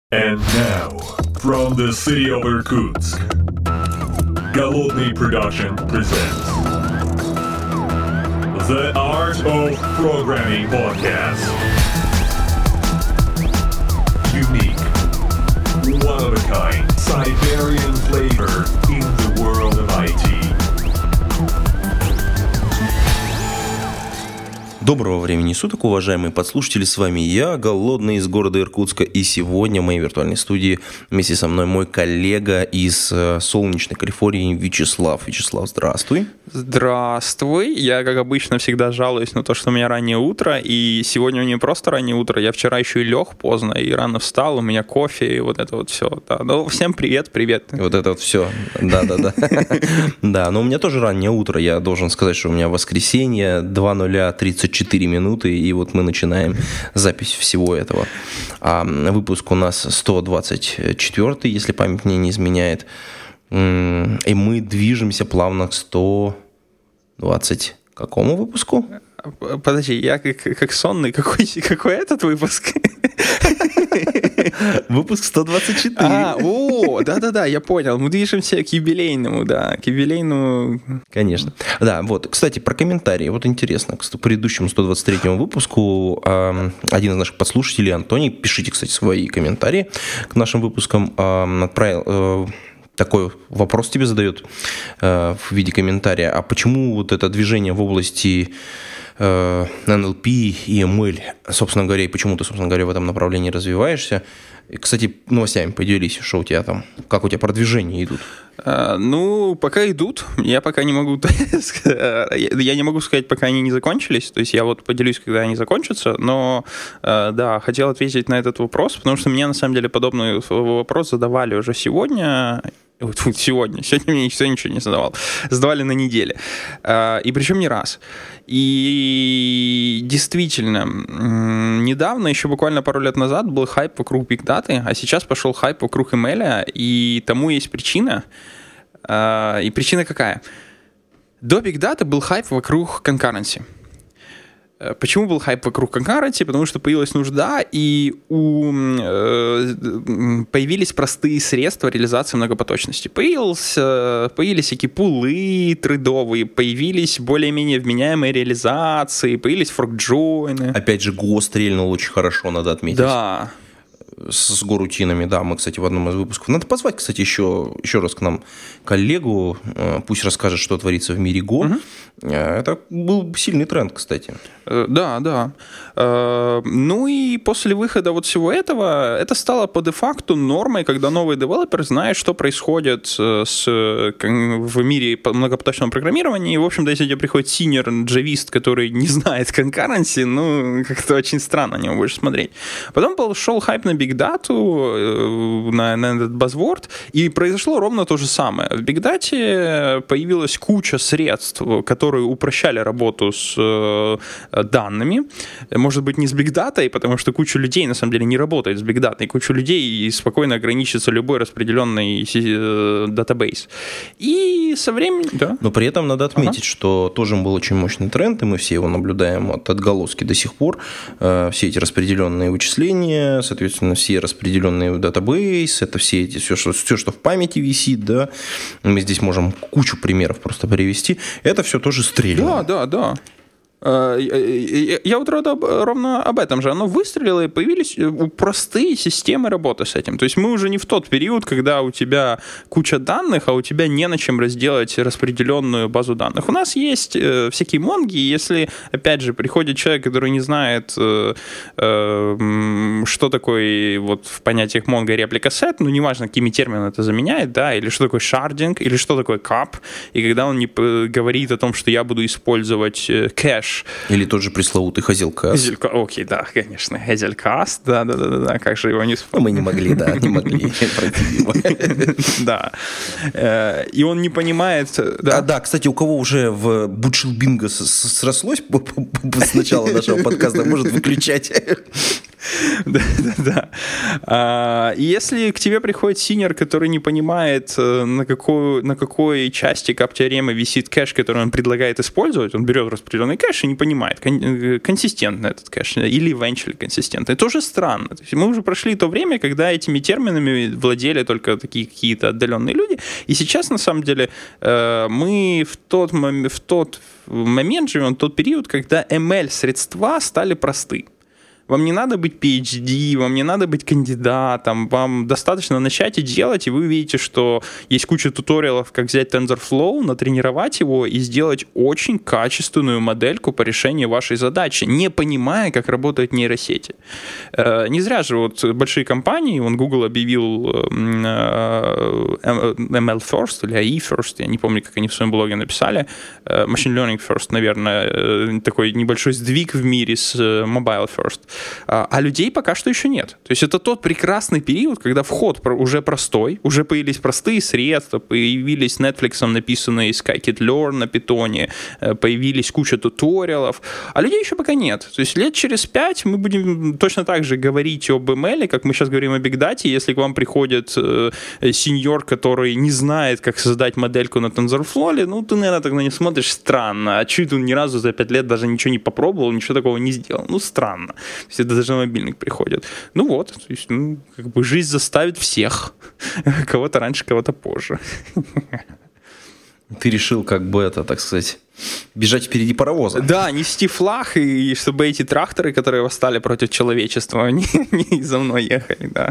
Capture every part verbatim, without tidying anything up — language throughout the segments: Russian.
And now, from the city of Irkutsk, Голодный Production presents The Art of Programming Podcast. Unique, one-of-a-kind, Siberian flavor in the world of ай ти. Доброго времени суток, уважаемые подслушатели, с вами я, Голодный, из города Иркутска, и сегодня в моей виртуальной студии вместе со мной мой коллега из солнечной Калифорнии Вячеслав. Вячеслав, здравствуй. Здравствуй, я, как обычно, всегда жалуюсь на то, что у меня раннее утро, и сегодня у меня просто раннее утро, я вчера еще и лег поздно, и рано встал, у меня кофе, и вот это вот все. Да. Ну, всем привет, привет. Вот это вот все, да-да-да. Да, но у меня тоже раннее утро, я должен сказать, что у меня воскресенье, два ноль тридцать четыре минуты, и вот мы начинаем запись всего этого. А выпуск у нас сто двадцать четвёртый, если память мне не изменяет. И мы движемся плавно к сто двадцать какому выпуску? Подожди, я как, как сонный. Какой, какой этот выпуск? Выпуск сто двадцать четыре. А, о, да-да-да, я понял. Мы движемся к юбилейному, да, к юбилейному. Конечно. Да, вот, кстати, про комментарии. Вот интересно, к предыдущему сто двадцать третьему выпуску э, один из наших подслушателей, Антоний, пишите, кстати, свои комментарии к нашим выпускам, э, отправил... Э, такой вопрос тебе задает э, в виде комментария. А почему вот это движение в области э, эн эл пи и эм эл, собственно говоря, и почему ты, собственно говоря, в этом направлении развиваешься? И, кстати, новостями поделись, что у тебя там, как у тебя продвижения идут? А, ну, пока идут. Я пока не могу... Я не могу сказать, пока они не закончились. То есть я вот поделюсь, когда они закончатся. Но, да, хотел ответить на этот вопрос, потому что мне, на самом деле, подобный вопрос задавали уже сегодня... Сегодня. Сегодня мне никто ничего не задавал. Задавали на неделе. И причем не раз. И действительно, недавно, еще буквально пару лет назад, был хайп вокруг Big Data, а сейчас пошел хайп вокруг эм эл, и тому есть причина. И причина какая? До Big Data был хайп вокруг concurrency. Почему был хайп вокруг concurrency? Потому что появилась нужда, и у, э, появились простые средства реализации многопоточности. Появился, появились всякие пулы трейдовые, появились более-менее вменяемые реализации, появились форк-джойны. Опять же, го стрельнул очень хорошо, надо отметить. Да. С, с горутинами, да, мы, кстати, в одном из выпусков. Надо позвать, кстати, еще, еще раз к нам коллегу, пусть расскажет, что творится в мире Go. Угу. Это был сильный тренд, кстати. Да, да. Ну и после выхода вот всего этого, это стало по де-факту нормой, когда новый девелопер знает, что происходит с, в мире многопоточного программирования. И, в общем-то, если тебе приходит синьор-джавист, который не знает concurrency, ну, как-то очень странно на него будешь смотреть. Потом пошел хайп на Big Data, на, на этот buzzword, и произошло ровно то же самое. В Big Data появилась куча средств, которые упрощали работу с э, данными. Может быть, не с Big Data, потому что куча людей, на самом деле, не работает с Big Data, и куча людей и спокойно ограничится любой распределенный э, датабейс. И со временем... Да. Но при этом надо отметить, ага. что тоже был очень мощный тренд, и мы все его наблюдаем от отголоски до сих пор. Э, все эти распределенные вычисления, соответственно, все распределенные в датабейс, это все эти, все что, все, что в памяти висит, да, мы здесь можем кучу примеров просто привести, это все тоже стрельнуло. Да, да, да. Я вот ровно об этом же. Оно выстрелило, и появились простые системы работы с этим. То есть мы уже не в тот период, когда у тебя куча данных, а у тебя не на чем разделать распределенную базу данных. У нас есть всякие монги, и если, опять же, приходит человек, который не знает, что такое вот в понятиях монго реплика сет, ну, неважно, какими терминами это заменяет, да, или что такое шардинг, или что такое кап, и когда он не говорит о том, что я буду использовать кэш. Или тот же пресловутый Hazelcast. Hazelcast, окей, да, конечно, Hazelcast, да-да-да, как же его не вспомнить. Мы не могли, да, не могли пройти его. Да, и он не понимает... А да, кстати, у кого уже в Бутшил Бинго срослось с начала нашего подкаста, может выключать. Да-да-да. Если к тебе приходит синьор, который не понимает, на какой, на какой части кап-теоремы висит кэш, который он предлагает использовать, он берет распределенный кэш и не понимает, консистентный этот кэш или eventually консистентный. Это тоже странно. То есть мы уже прошли то время, когда этими терминами владели только такие какие-то отдаленные люди, и сейчас, на самом деле, мы в тот, в тот момент живем, в тот период, когда эм эл-средства стали просты. Вам не надо быть пи эйч ди, вам не надо быть кандидатом, вам достаточно начать и делать, и вы увидите, что есть куча туториалов, как взять TensorFlow, натренировать его и сделать очень качественную модельку по решению вашей задачи, не понимая, как работают нейросети. Не зря же вот большие компании, вон Google объявил эм эл First или эй ай First, я не помню, как они в своем блоге написали, Machine Learning First, наверное, такой небольшой сдвиг в мире с Mobile First. А людей пока что еще нет. То есть это тот прекрасный период, когда вход уже простой, уже появились простые средства, появились Netflix написанные Scikit-Learn на питоне, появились куча туториалов, а людей еще пока нет. То есть лет через пять мы будем точно так же говорить об эм эл, как мы сейчас говорим о Big Data. Если к вам приходит э, сеньор, который не знает, как создать модельку на TensorFlow, ну ты, наверное, так на него смотришь странно. А чуть он ни разу за пять лет даже ничего не попробовал, ничего такого не сделал. Ну, странно. То есть это даже на мобильник приходит. Ну вот, то есть, ну, как бы жизнь заставит всех. Кого-то раньше, кого-то позже. Ты решил, как бы это, так сказать, бежать впереди паровоза. Да, нести флаг, и чтобы эти тракторы, которые восстали против человечества, они не за мной ехали, да.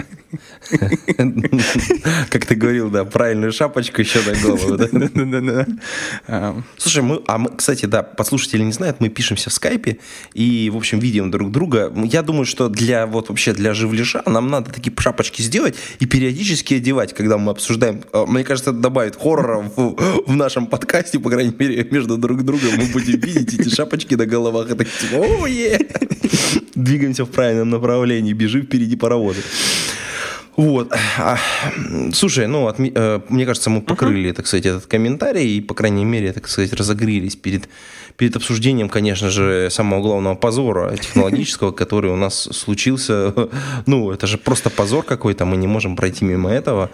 Как ты говорил, да, правильную шапочку еще на голову, да? Да-да-да. Слушай, мы, а мы, кстати, да, подслушатели не знают, мы пишемся в скайпе и, в общем, видим друг друга. Я думаю, что для, вот вообще для живляша нам надо такие шапочки сделать и периодически одевать, когда мы обсуждаем. Мне кажется, это добавит хоррора в, в нашем подкасте, по крайней мере, между друг друга мы будем видеть эти шапочки на головах и так типа, о-е! Двигаемся в правильном направлении, бежим впереди паровоза. Вот. Слушай, ну, от, э, мне кажется, мы покрыли, uh-huh. так сказать, этот комментарий и, по крайней мере, так сказать, разогрелись перед, перед обсуждением, конечно же, самого главного позора технологического, который у нас случился. Ну, это же просто позор какой-то, мы не можем пройти мимо этого.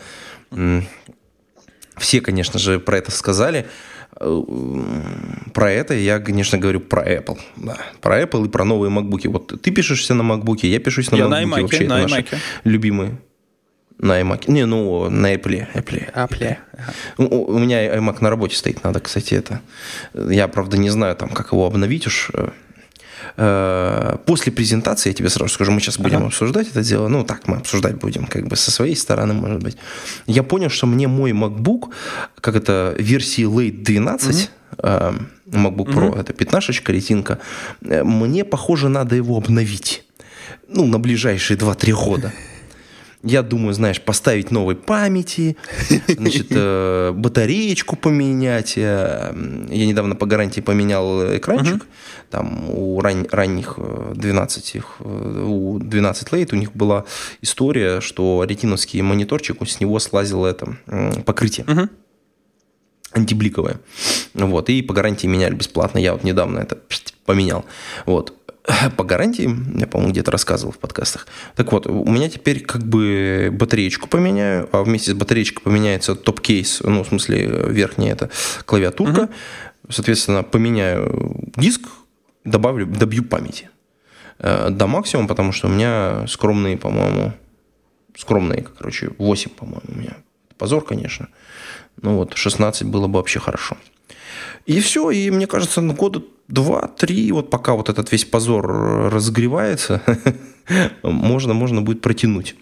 Все, конечно же, про это сказали. Про это я, конечно, говорю про Apple. Да. Про Apple и про новые MacBook'и. Вот ты пишешься на MacBook'е, я пишусь на я MacBook'е. На iMac, вообще, на это наши iMac. Любимые. На iMac. Не, ну, на Apple. Apple. Apple. У, у меня iMac на работе стоит, надо, кстати, это. Я, правда, не знаю, там, как его обновить уж. После презентации, я тебе сразу скажу, мы сейчас будем ага. обсуждать это дело. Ну, так мы обсуждать будем, как бы со своей стороны, может быть. Я понял, что мне мой MacBook, как это, версии Late двенадцать, mm-hmm. MacBook Pro, mm-hmm. это пятнашечка, ретинка, мне, похоже, надо его обновить. Ну, на ближайшие два-три года. Я думаю, знаешь, поставить новой памяти, значит, батареечку поменять. Я недавно по гарантии поменял экранчик. Uh-huh. Там у ран- ранних двенадцать, у двенадцать Lite у них была история, что ретиновский мониторчик, с него слазило это покрытие. Uh-huh. Антибликовое. Вот, и по гарантии меняли бесплатно. Я вот недавно это поменял. Вот. По гарантии, я, по-моему, где-то рассказывал в подкастах. Так вот, у меня теперь как бы батареечку поменяю, а вместе с батареечкой поменяется топ-кейс, ну, в смысле, верхняя это клавиатурка. Uh-huh. Соответственно, поменяю диск, добавлю, добью памяти до максимума, потому что у меня скромные, по-моему, скромные, короче, восемь, по-моему, у меня. Позор, конечно. Ну вот, шестнадцать было бы вообще хорошо. И все, и мне кажется, на года два-три, вот пока вот этот весь позор разогревается, можно, можно будет протянуть.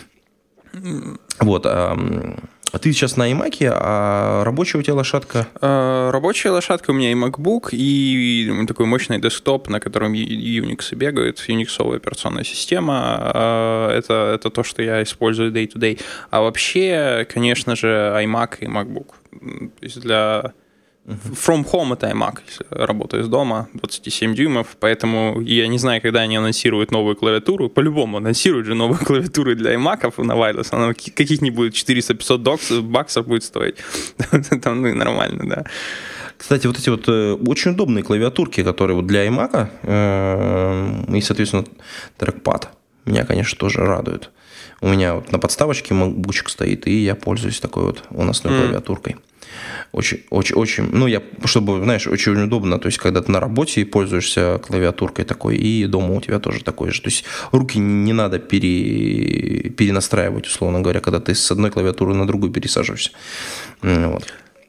Вот, а, а ты сейчас на iMac, а рабочая у тебя лошадка? А, рабочая лошадка у меня и MacBook, и такой мощный десктоп, на котором Unix бегает, Unix-овая операционная система. А, это, это то, что я использую day-to-day. А вообще, конечно же, iMac и MacBook. То есть для... From home это iMac, если работаю из дома, двадцать семь дюймов, поэтому я не знаю, когда они анонсируют новую клавиатуру. По-любому анонсируют же новую клавиатуру для iMac'ов на wireless. Она каких-нибудь четыреста-пятьсот баксов будет стоить. Там, ну, нормально, да. Кстати, вот эти вот э, очень удобные клавиатурки, которые вот для iMac'а, э, и, соответственно, трекпад. меня, конечно, тоже радует. У меня вот на подставочке MacBook стоит, и я пользуюсь такой вот выносной mm. клавиатуркой. Очень, очень, очень, ну, я, чтобы, знаешь, очень удобно, то есть, когда ты на работе и пользуешься клавиатуркой такой, и дома у тебя тоже такой же. То есть, руки не надо пере, перенастраивать, условно говоря, когда ты с одной клавиатуры на другую пересаживаешься. Вот.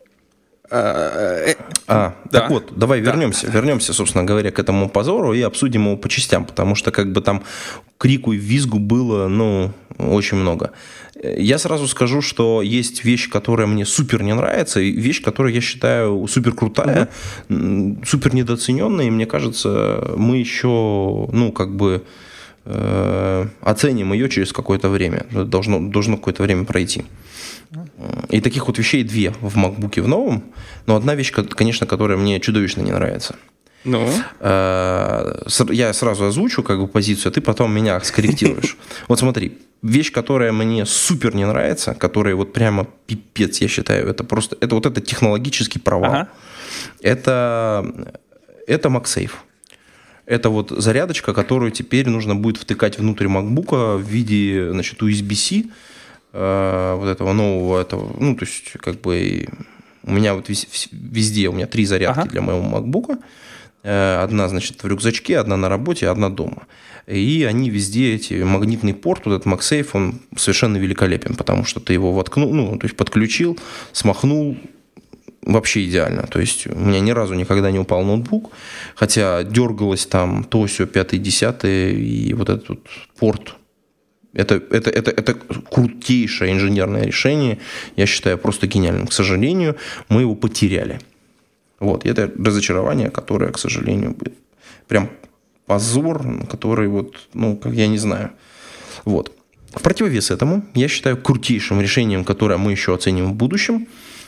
А, да. Так вот, давай да. вернемся, вернемся, собственно говоря, к этому позору и обсудим его по частям, потому что как бы там крику и визгу было, ну, очень много. Я сразу скажу, что есть вещь, которая мне супер не нравится, и вещь, которую я считаю супер крутая, mm-hmm. супер недооцененная, и мне кажется, мы еще, ну, как бы э, оценим ее через какое-то время. Должно, должно какое-то время пройти. И таких вот вещей две в MacBook в новом, но одна вещь, конечно, которая мне чудовищно не нравится. Ну? Я сразу озвучу как бы позицию, а ты потом меня скорректируешь. Вот смотри, вещь, которая мне супер не нравится, которая вот прямо пипец, я считаю, это просто, это вот это технологический провал. Ага. Это, это MagSafe. Это вот зарядочка, которую теперь нужно будет втыкать внутрь MacBook в виде, значит, ю эс би-C, вот этого нового, этого, ну, то есть, как бы, у меня вот везде, у меня три зарядки ага. для моего MacBook. Одна, значит, в рюкзачке, одна на работе, одна дома. И они везде, эти, магнитный порт, вот этот MagSafe, он совершенно великолепен, потому что ты его воткнул, ну, то есть, подключил, смахнул, вообще идеально. То есть, у меня ни разу никогда не упал ноутбук, хотя дергалось там то, сё, пятый, десятый, и вот этот вот порт. Это, это, это, это крутейшее инженерное решение. Я считаю просто гениальным. К сожалению, мы его потеряли. Вот. И это разочарование, которое, к сожалению, будет прям позор, который вот, ну, как я не знаю. Вот. В противовес этому, я считаю крутейшим решением, которое мы еще оценим в будущем,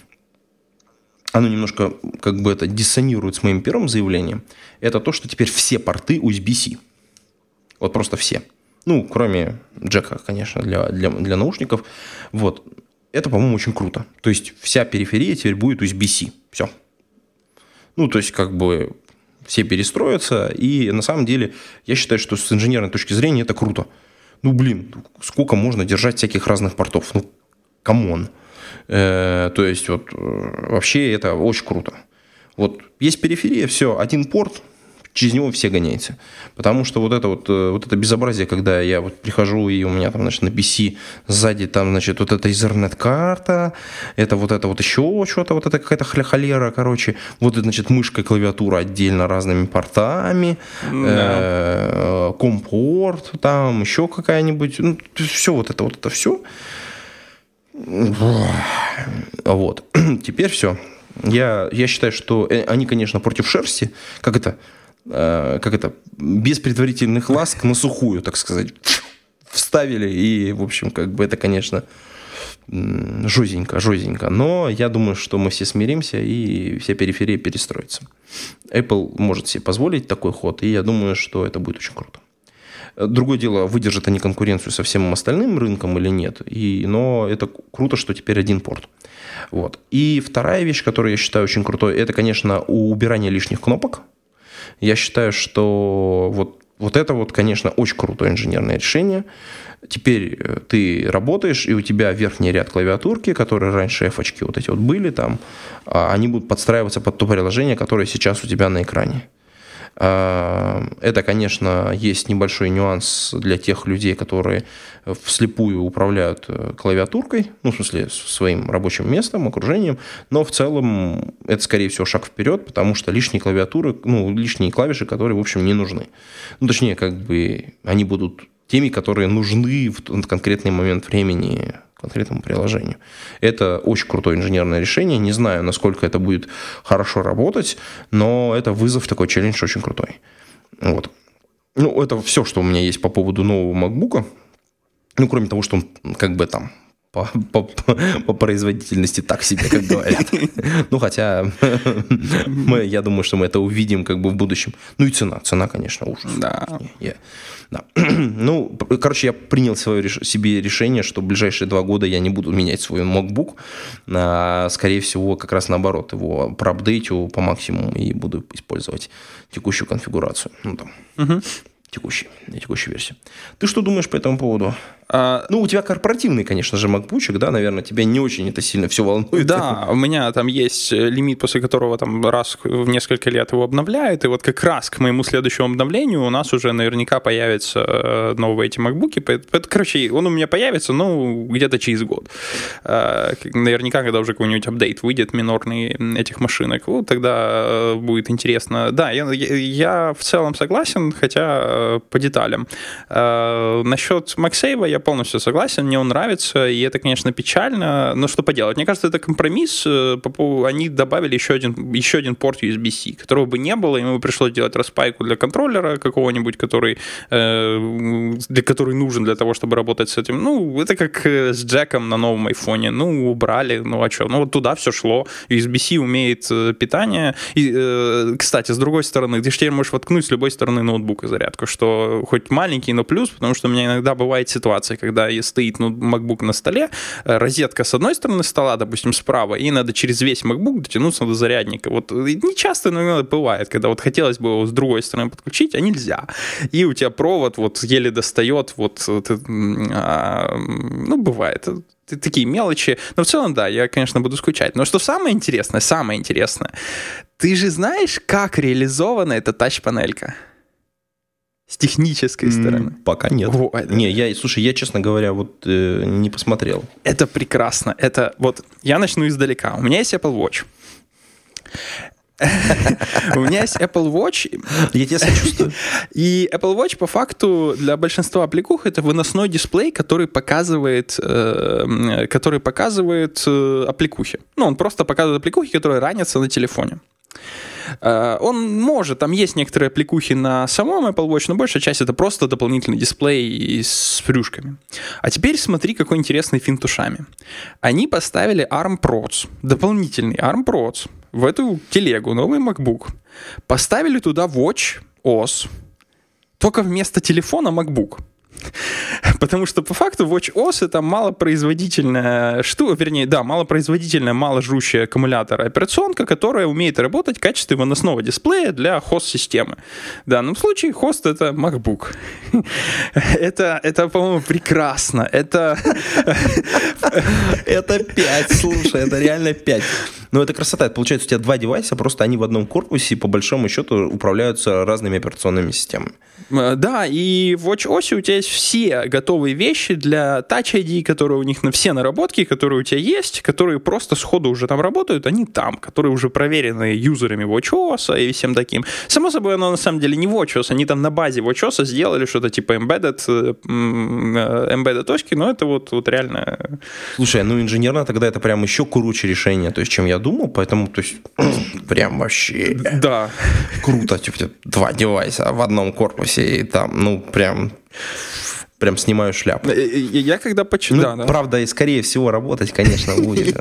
оно немножко как бы это диссонирует с моим первым заявлением, это то, что теперь все порты ю эс би-C. Вот просто все. Ну, кроме джека, конечно, для, для, для наушников. Вот. Это, по-моему, очень круто. То есть, вся периферия теперь будет ю эс би-C. Все. Ну, то есть, как бы, все перестроятся. И, на самом деле, я считаю, что с инженерной точки зрения это круто. Ну, блин, сколько можно держать всяких разных портов? Ну, камон. Э, то есть, вот, вообще это очень круто. Вот, есть периферия, все, один порт, через него все гоняются. Потому что вот это вот, вот это безобразие, когда я вот прихожу, и у меня там, значит, на пи си сзади там, значит, вот эта Ethernet-карта, это вот это вот еще что-то, вот это какая-то холера, короче. Вот, значит, мышка и клавиатура отдельно разными портами, да. Компорт, там еще какая-нибудь, ну, все вот это, вот это все. Вот. Теперь все. Я, я считаю, что они, конечно, против шерсти, как это, как это, без предварительных ласк на сухую, так сказать, вставили. И, в общем, как бы это, конечно, жестенько, жестенько. Но я думаю, что мы все смиримся, и вся периферия перестроится. Apple может себе позволить такой ход, и я думаю, что это будет очень круто. Другое дело, выдержат они конкуренцию со всем остальным рынком или нет. И, но это круто, что теперь один порт. Вот. И вторая вещь, которую я считаю очень крутой, это, конечно, убирание лишних кнопок. Я считаю, что вот, вот это вот, конечно, очень крутое инженерное решение. Теперь ты работаешь, и у тебя верхний ряд клавиатурки, которые раньше эфочки вот эти вот были там, они будут подстраиваться под то приложение, которое сейчас у тебя на экране. Это, конечно, есть небольшой нюанс для тех людей, которые вслепую управляют клавиатуркой, ну, в смысле, своим рабочим местом, окружением, но в целом это, скорее всего, шаг вперед, потому что лишние клавиатуры, ну, лишние клавиши, которые, в общем, не нужны. Ну, точнее, как бы они будут теми, которые нужны в конкретный момент времени конкретному приложению. Это очень крутое инженерное решение. Не знаю, насколько это будет хорошо работать, но это вызов, такой челлендж очень крутой. Вот. Ну, это все, что у меня есть по поводу нового MacBook. Ну, кроме того, что он как бы там по, по, по производительности так себе, как говорят. Ну, хотя мы, я думаю, что мы это увидим как бы в будущем. Ну и цена. Цена, конечно, ужас. Да. Я, да. Ну, короче, я принял свое, себе решение, что в ближайшие два года я не буду менять свой MacBook. А, скорее всего, как раз наоборот, его проапдейтю по максимуму и буду использовать текущую конфигурацию. Ну, там, угу. текущей, текущей версии. Ты что думаешь по этому поводу? А, ну, у тебя корпоративный, конечно же, макбучик, да, наверное, тебя не очень это сильно все волнует. Да, у меня там есть лимит, после которого там раз в несколько лет его обновляют, и вот как раз к моему следующему обновлению у нас уже наверняка появятся новые эти макбуки. Это, короче, он у меня появится, ну, где-то через год. Наверняка, когда уже какой-нибудь апдейт выйдет минорный этих машинок, вот тогда будет интересно. Да, я, я в целом согласен, хотя по деталям. Насчет MagSafe я полностью согласен, мне он нравится, и это, конечно, печально, но что поделать. Мне кажется, это компромисс. Они добавили еще один, еще один порт ю эс би-C, которого бы не было, ему пришлось делать распайку для контроллера какого-нибудь, который, для, который нужен для того, чтобы работать с этим. Ну, это как с джеком на новом айфоне. Ну, убрали, ну а что? Ну, вот туда все шло. ю эс би-C умеет питание. И, кстати, с другой стороны, ты же теперь можешь воткнуть с любой стороны ноутбука зарядку, что хоть маленький, но плюс, потому что у меня иногда бывает ситуация, когда стоит ну, MacBook на столе, розетка с одной стороны стола, допустим, справа, и надо через весь MacBook дотянуться до зарядника. Вот не часто, но бывает, когда вот хотелось бы его с другой стороны подключить, а нельзя. И у тебя провод вот еле достает, вот, а, ну, бывает. Такие мелочи. Но в целом, да, я, конечно, буду скучать. Но что самое интересное, самое интересное, ты же знаешь, как реализована эта тач-панелька? С технической стороны. Пока нет. О, это... Не, я, слушай, я, честно говоря, вот э, не посмотрел. Это прекрасно. Это вот я начну издалека. У меня есть Apple Watch. У меня есть Apple Watch. Я тебя сочувствую. И Apple Watch, по факту, для большинства аппликух это выносной дисплей, который показывает, который показывает аппликухи. Ну, он просто показывает аппликухи, которые ранятся на телефоне. Он может, там есть некоторые аппликухи на самом Apple Watch, но большая часть это просто дополнительный дисплей с плюшками. А теперь смотри, какой интересный финт ушами. Они поставили арм Proц, дополнительный арм Proц в эту телегу, новый MacBook. Поставили туда Watch о эс, только вместо телефона MacBook. Потому что по факту Watch о эс это малопроизводительная штука, вернее, да, малопроизводительная, маложрущая аккумулятор операционка, которая умеет работать в качестве выносного дисплея для хост-системы. В данном случае хост — это MacBook. Это, это, по-моему, прекрасно. Это... Это пять, слушай, это реально пять. Но это красота. Это получается, у тебя два девайса, просто они в одном корпусе, по большому счету, управляются разными операционными системами. Да, и в Watch о эс у тебя есть все готовые вещи для Touch ай ди, которые у них на все наработки, которые у тебя есть, которые просто сходу уже там работают, они там, которые уже проверены юзерами Watch о эс и всем таким. Само собой, оно на самом деле не Watch о эс, они там на базе Watch о эс сделали что-то типа embedded, embedded точки, но это вот, вот реально... Слушай, ну инженерно тогда это прям еще круче решение, то есть, чем я думал, поэтому, то есть, прям вообще... Да. Круто, типа, два девайса в одном корпусе, и там, ну, прям... Прям снимаю шляпу. Я когда почитал... Ну, да, правда, и скорее всего работать, конечно, будет.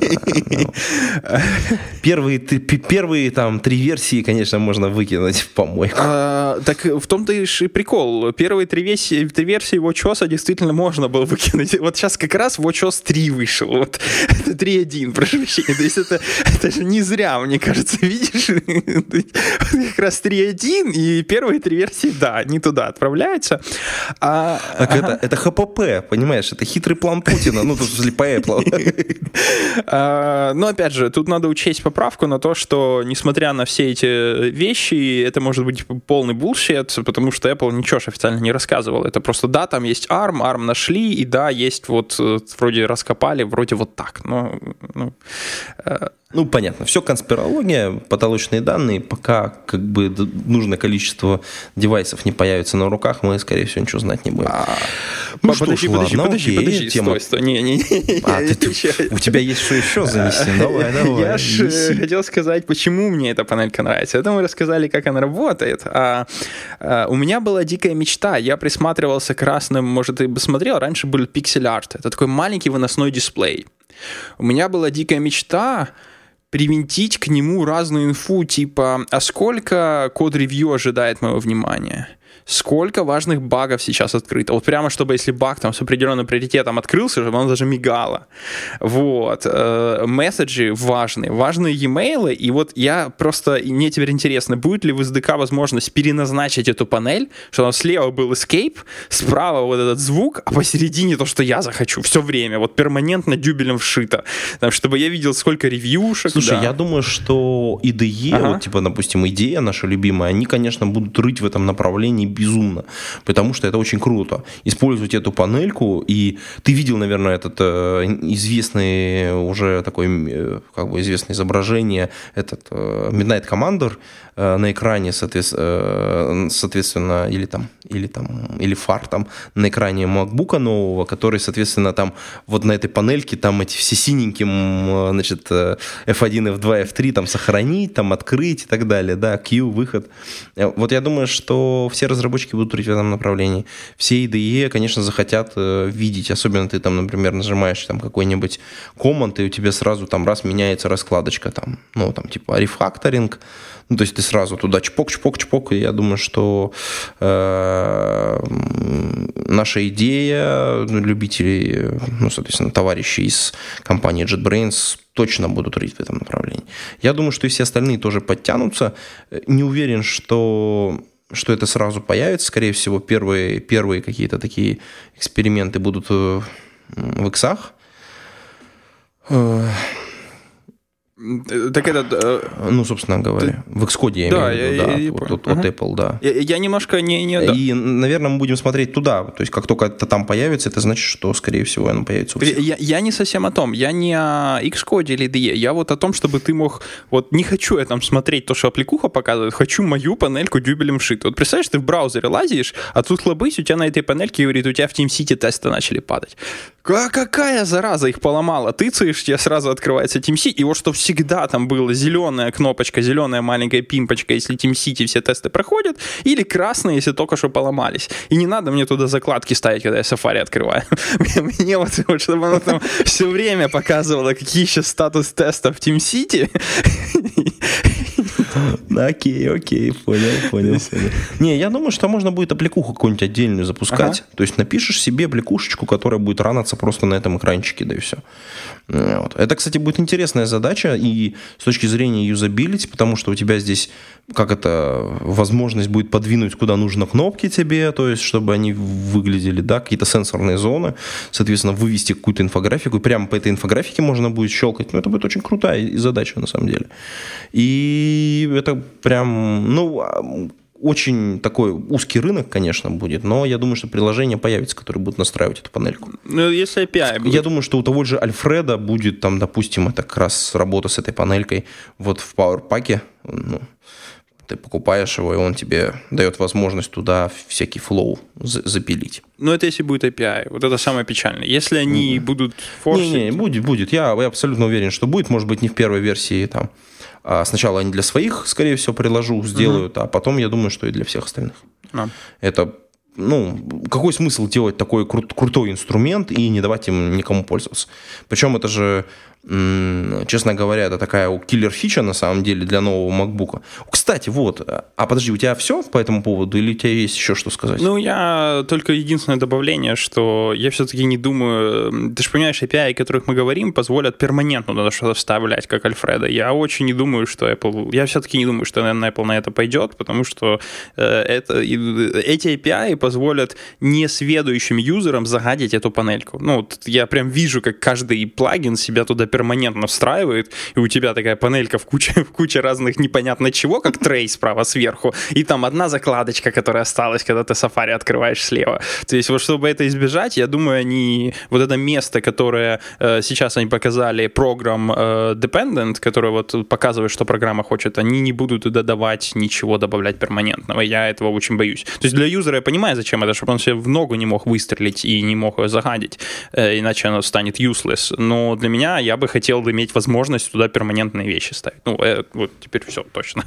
Первые, первые там три версии, конечно, можно выкинуть в помойку. А, так в том-то и прикол. Первые три версии, три версии Watch о эс действительно можно было выкинуть. Вот сейчас как раз Watch о эс три вышел. Вот. Это три один, прошу прощения. То есть это, это же не зря, мне кажется, видишь? Как раз три один, и первые три версии, да, не туда отправляются. А, так ага. это, это ха пэ пэ, понимаешь? Это хитрый план Путина. Ну, тут по Apple. а, но, опять же, тут надо учесть поправку на то, что, несмотря на все эти вещи, это может быть полный булшит, потому что Apple ничего же официально не рассказывал. Это просто, да, там есть арм, арм нашли, и да, есть вот, вроде раскопали, вроде вот так. Но, ну, э... ну, понятно. Все конспирология, потолочные данные. Пока как бы нужное количество девайсов не появится на руках, мы, скорее всего, ничего знать не будем. А, ну, подожди, что подожди, ладно, подожди, окей, подожди, тема... стой, стой, не, не, не. А, ты, ты, у тебя есть что еще занести? Давай, давай. Я же хотел сказать, почему мне эта панелька нравится. Это мы рассказали, как она работает. А, а, у меня была дикая мечта. Я присматривался к разным, может, ты бы смотрел, раньше был Pixel Art. Это такой маленький выносной дисплей. У меня была дикая мечта привинтить к нему разную инфу, типа, а сколько код-ревью ожидает моего внимания? сколько важных багов сейчас открыто. Вот прямо, чтобы если баг там с определенным приоритетом открылся, чтобы оно даже мигало. Вот. Месседжи важные. Важные e-mail. И вот я просто... Мне теперь интересно, будет ли в эс ди кей возможность переназначить эту панель, что там слева был escape, справа вот этот звук, а посередине то, что я захочу. Все время. Вот перманентно дюбелем вшито. Там, чтобы я видел, сколько ревьюшек. Слушай, да. я думаю, что ай ди и, ага. вот, типа, допустим, идея наша любимая, они, конечно, будут рыть в этом направлении безумно, потому что это очень круто. Использовать эту панельку, и ты видел, наверное, этот э, известный уже такой, э, как бы известное изображение, этот э, Midnight Commander э, на экране, соответственно, э, соответственно, или там, или там, или фар там на экране MacBook нового, который, соответственно, там вот на этой панельке там эти все синеньким, значит, эф один, эф два, эф три там сохранить, там открыть и так далее, да, Q, выход. Вот я думаю, что все разработчики будут идти в этом направлении. Все ай ди и, конечно, захотят э, видеть, особенно ты там, например, нажимаешь там какой-нибудь команд, и у тебя сразу там раз меняется раскладочка там, ну, там типа рефакторинг, ну, то есть ты сразу туда чпок, чпок, чпок, и я думаю, что э, наша идея, любителей, ну, соответственно, товарищи из компании JetBrains точно будут рыть в этом направлении. Я думаю, что и все остальные тоже подтянутся. Не уверен, что, что это сразу появится. Скорее всего, первые, первые какие-то такие эксперименты будут в иксах. Так это... Э, ну, собственно говоря, ты... в Xcode я да, имею в виду, я, да, я, я вот, вот, ага. от Apple, да. Я, я немножко не... не да. И, наверное, мы будем смотреть туда, то есть как только это там появится, это значит, что, скорее всего, оно появится у всех. Я, я не совсем о том, я не о Xcode или ай ди и, я вот о том, чтобы ты мог... Вот не хочу я там смотреть то, что аппликуха показывает, хочу мою панельку дюбелем вшитую. Вот представляешь, ты в браузере лазишь, а тут хлобысь, у тебя на этой панельке говорит, у тебя в TeamCity тесты начали падать. Какая зараза их поломала? Тыцаешь, тебе сразу открывается TeamCity, и вот что всегда там было зеленая кнопочка, зеленая маленькая пимпочка, если TeamCity все тесты проходят, или красная, если только что поломались. И не надо мне туда закладки ставить, когда я Safari открываю. Мне вот, чтобы оно там все время показывало, какие еще статус тестов в TeamCity. Окей, окей, понял, понял. Не, я думаю, что можно будет аппликуху какую-нибудь отдельную запускать. Ага. То есть напишешь себе аппликушечку, которая будет ранаться просто на этом экранчике, да и все. Вот. Это, кстати, будет интересная задача и с точки зрения юзабилити, потому что у тебя здесь как это возможность будет подвинуть куда нужно кнопки тебе, то есть чтобы они выглядели, да, какие-то сенсорные зоны, соответственно, вывести какую-то инфографику, и прямо по этой инфографике можно будет щелкать. Ну, это будет очень крутая задача на самом деле. И это прям, ну, очень такой узкий рынок, конечно, будет, но я думаю, что приложение появится, которое будет настраивать эту панельку. Ну, если эй пи ай будет. Я думаю, что у того же Альфреда будет там, допустим, это как раз работа с этой панелькой вот в PowerPack, ну, ты покупаешь его, и он тебе дает возможность туда всякий флоу запилить. Ну, это если будет эй пи ай. Вот это самое печальное. Если они mm-hmm. будут форсить... Не-не, будет, будет. Я, я абсолютно уверен, что будет. Может быть, не в первой версии там. А сначала они для своих, скорее всего, приложу, сделают, mm-hmm. а потом, я думаю, что и для всех остальных. No. Это... Ну, какой смысл делать такой кру- крутой инструмент и не давать им никому пользоваться? Причем это же, м- честно говоря, это такая киллер-фича на самом деле для нового MacBook. Кстати, вот, а подожди, у тебя все по этому поводу или у тебя есть еще что сказать? Ну, я только единственное добавление, что я все-таки не думаю... Ты же понимаешь, эй пи ай, о которых мы говорим, позволят перманентно туда что-то вставлять, как Альфреда. Я очень не думаю, что Apple... Я все-таки не думаю, что, наверное, Apple на это пойдет, потому что э, это, эти эй пи ай позволят несведущим юзерам загадить эту панельку. Ну, вот я прям вижу, как каждый плагин себя туда перманентно встраивает, и у тебя такая панелька в куче, в куче разных непонятно чего, как трей справа сверху, и там одна закладочка, которая осталась, когда ты Safari открываешь слева. То есть вот чтобы это избежать, я думаю, они... Вот это место, которое э, сейчас они показали, программ э, dependent, которое вот показывает, что программа хочет, они не будут туда давать ничего добавлять перманентного. Я этого очень боюсь. То есть для юзера я понимаю, зачем это, чтобы он себе в ногу не мог выстрелить и не мог ее загадить, э, иначе оно станет useless. Но для меня я бы хотел иметь возможность туда перманентные вещи ставить. Ну, э, вот теперь все, точно.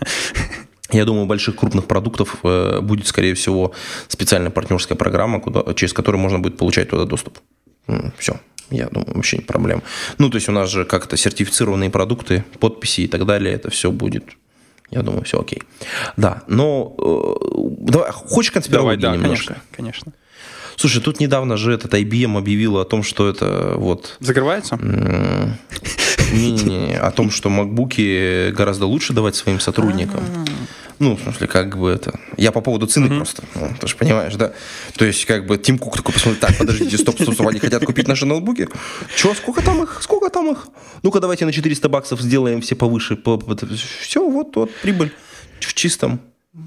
Я думаю, у больших крупных продуктов э, будет, скорее всего, специальная партнерская программа, куда, через которую можно будет получать туда доступ. Все. Я думаю, вообще не проблема. Ну, то есть у нас же как-то сертифицированные продукты, подписи и так далее, это все будет... Я думаю, все окей. Да, но давай, хочешь конспирологии Давай, да, немножко? Конечно, конечно. Слушай, тут недавно же этот ай би эм объявила о том, что это вот... Закрывается? Не-не-не, о том, что макбуки гораздо лучше давать своим сотрудникам. Ну, в смысле, как бы это... Я по поводу цены просто, ну, ты же понимаешь, да? То есть, как бы, Тим Кук такой посмотрит, так, подождите, стоп, стоп, стоп, они хотят купить наши ноутбуки? Че, сколько там их? Сколько там их? Ну-ка, давайте на четыреста баксов сделаем все повыше. По, по, все, вот, вот, прибыль в чистом.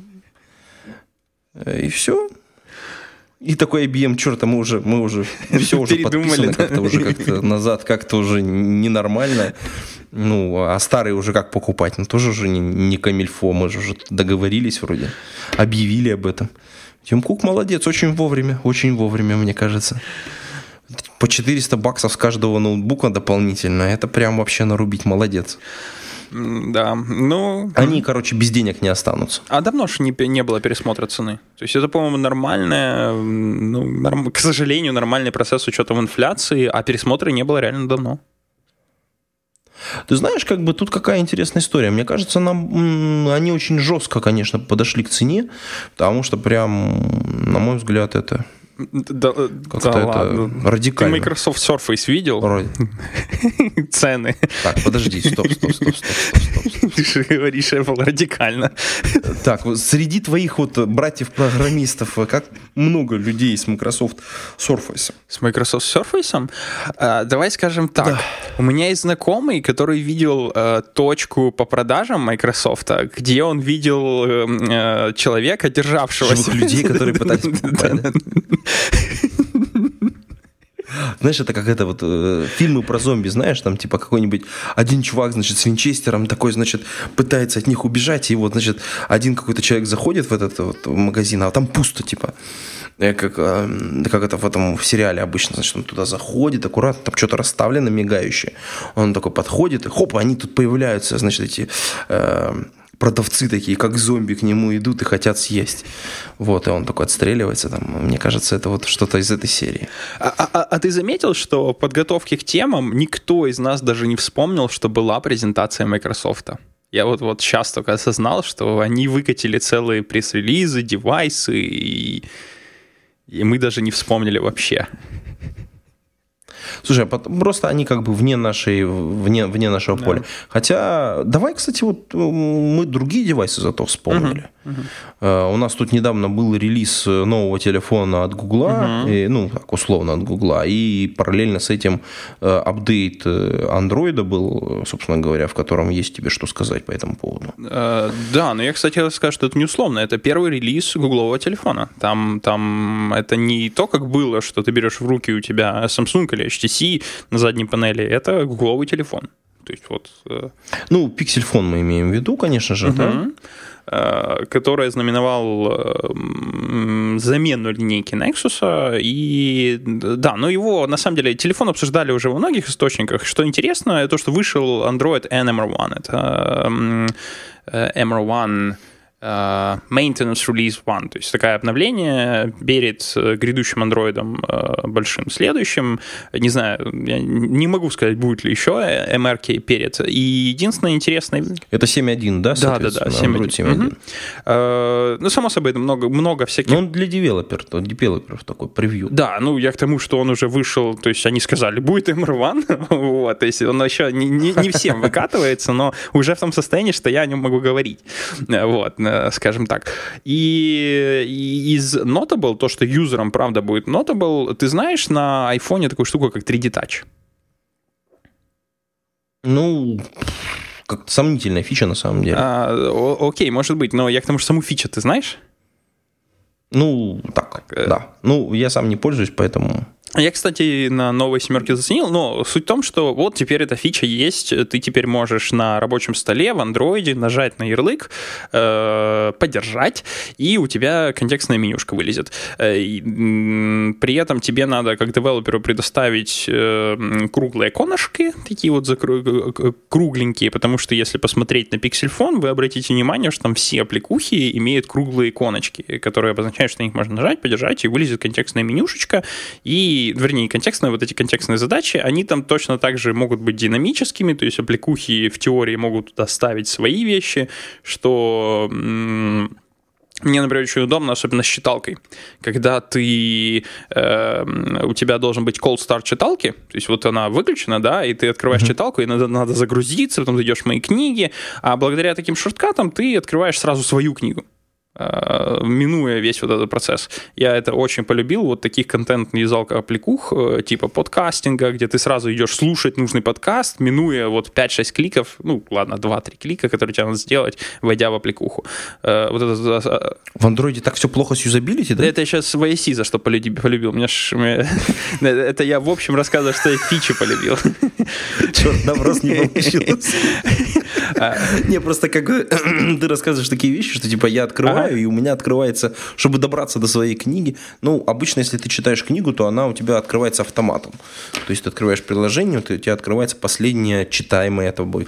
И все. И такой ай би эм, черт, мы уже, мы уже все уже подписано как-то уже как-то назад, как-то уже ненормально. Ну, а старые уже как покупать? Ну, тоже уже не, не камильфо, мы же уже договорились вроде, объявили об этом. Тим Кук молодец, очень вовремя, очень вовремя, мне кажется. По четыреста баксов с каждого ноутбука дополнительно, это прям вообще нарубить, молодец. Да, ну... Они, короче, без денег не останутся. А давно же не, не было пересмотра цены. То есть это, по-моему, нормальное, ну, норм, к сожалению, нормальный процесс с учетом инфляции, а пересмотра не было реально давно. Ты знаешь, как бы тут какая интересная история. Мне кажется, нам они очень жестко, конечно, подошли к цене, потому что прям, на мой взгляд, это... Да, как-то да это ладно. радикально. Ты Microsoft Surface видел? Вроде. Цены. Так, подожди, стоп, стоп, стоп, стоп, стоп, стоп. Ты же говоришь, Apple радикально. Так, вот среди твоих вот братьев-программистов как много людей с Microsoft Surface? С Microsoft Surface? А, давай скажем так. Да. У меня есть знакомый, который видел э, точку по продажам Microsoft, где он видел э, человека, державшегося... Живых людей, которые пытались покупать. Знаешь, это как это вот э, фильмы про зомби, знаешь, там типа какой-нибудь один чувак, значит, с винчестером такой, значит, пытается от них убежать, и вот, значит, один какой-то человек заходит в этот вот магазин, а там пусто, типа, э, как, э, как это в этом в сериале обычно, значит, он туда заходит, аккуратно, там что-то расставлено мигающее, он такой подходит, и хоп, они тут появляются, значит, эти... Э, продавцы такие, как зомби, к нему идут и хотят съесть. Вот, и он такой отстреливается. Там. Мне кажется, это вот что-то из этой серии. А, а, а ты заметил, что в подготовке к темам никто из нас даже не вспомнил, что была презентация Microsoft? Я вот, вот сейчас только осознал, что они выкатили целые пресс-релизы, девайсы, и, и мы даже не вспомнили вообще. Слушай, просто они как бы вне, нашей, вне, вне нашего да. поля. Хотя, давай, кстати, вот мы другие девайсы зато вспомнили. Uh-huh. Uh-huh. У нас тут недавно был релиз нового телефона от Гугла, uh-huh. и, ну, так, условно от Гугла, и параллельно с этим апдейт Андроида был, собственно говоря, в котором есть тебе что сказать по этому поводу. Uh, да, но я, кстати, хотел сказать, что это не условно, это первый релиз гуглового телефона. Там, там это не то, как было, что ты берешь в руки, у тебя Samsung или эйч ти си на задней панели, это гугловый телефон. То есть вот... Ну, пиксельфон мы имеем в виду, конечно же, uh-huh. да? Который знаменовал замену линейки Nexus. И да, но его, на самом деле, телефон обсуждали уже во многих источниках. Что интересно, это то, что вышел Android N эм ар один. Это эм ар один... Uh, Maintenance Release один, то есть такое обновление перед грядущим андроидом uh, большим следующим. Не знаю, я не могу сказать, будет ли еще эм эр кей перед. И единственное интересное... Это семь точка один, да? Да, да, да, семь точка один. Угу. Uh, ну, само собой, это много, много всяких... Но он для девелоперов, девелоперов такой превью. Да, ну, я к тому, что он уже вышел, то есть они сказали, будет эм эр один, вот, то есть он еще не, не, не всем выкатывается, но уже в том состоянии, что я о нем могу говорить. Вот, скажем так. И, и из Notable, то, что юзерам, правда, будет Notable, ты знаешь на айфоне такую штуку, как три ди Touch? Ну, как-то сомнительная фича, на самом деле. А, о- окей, может быть, но я к тому, что саму фичу ты знаешь? Ну, так, так да. Ну, я сам не пользуюсь, поэтому... Я, кстати, на новой семерке заценил, но суть в том, что вот теперь эта фича есть, ты теперь можешь на рабочем столе в андроиде нажать на ярлык, э, подержать, и у тебя контекстная менюшка вылезет. Э, и, м, при этом тебе надо как девелоперу предоставить э, круглые оконышки, такие вот закру- кругленькие, потому что если посмотреть на пиксельфон, вы обратите внимание, что там все аппликухи имеют круглые иконочки, которые обозначают, что на них можно нажать, подержать, и вылезет контекстная менюшечка, и вернее, контекстные, вот эти контекстные задачи, они там точно так же могут быть динамическими, то есть аппликухи в теории могут туда ставить свои вещи, что Мне, например, очень удобно, особенно с читалкой. Когда ты, э, у тебя должен быть cold start читалки, то есть вот она выключена, да, и ты открываешь mm-hmm. читалку, и надо, надо загрузиться, потом ты идешь в мои книги, а благодаря таким шорткатам ты открываешь сразу свою книгу, минуя весь вот этот процесс. Я это очень полюбил. Вот таких контент вязал аппликух, типа подкастинга, где ты сразу идешь слушать нужный подкаст, минуя вот пять-шесть кликов, ну, ладно, два-три клика, которые тебе надо сделать, войдя в аппликуху. Вот это... В андроиде так все плохо с юзабилити, да? Это я сейчас в ай эс за что полюбил. Меня ж... Это я в общем рассказываю, что я фичи полюбил. Черт, вопрос не получился. Не, просто как ты рассказываешь такие вещи, что типа я открываю, и у меня открывается, чтобы добраться до своей книги. Ну, обычно, если ты читаешь книгу, то она у тебя открывается автоматом. То есть ты открываешь приложение, у тебя открывается последняя читаемая тобой.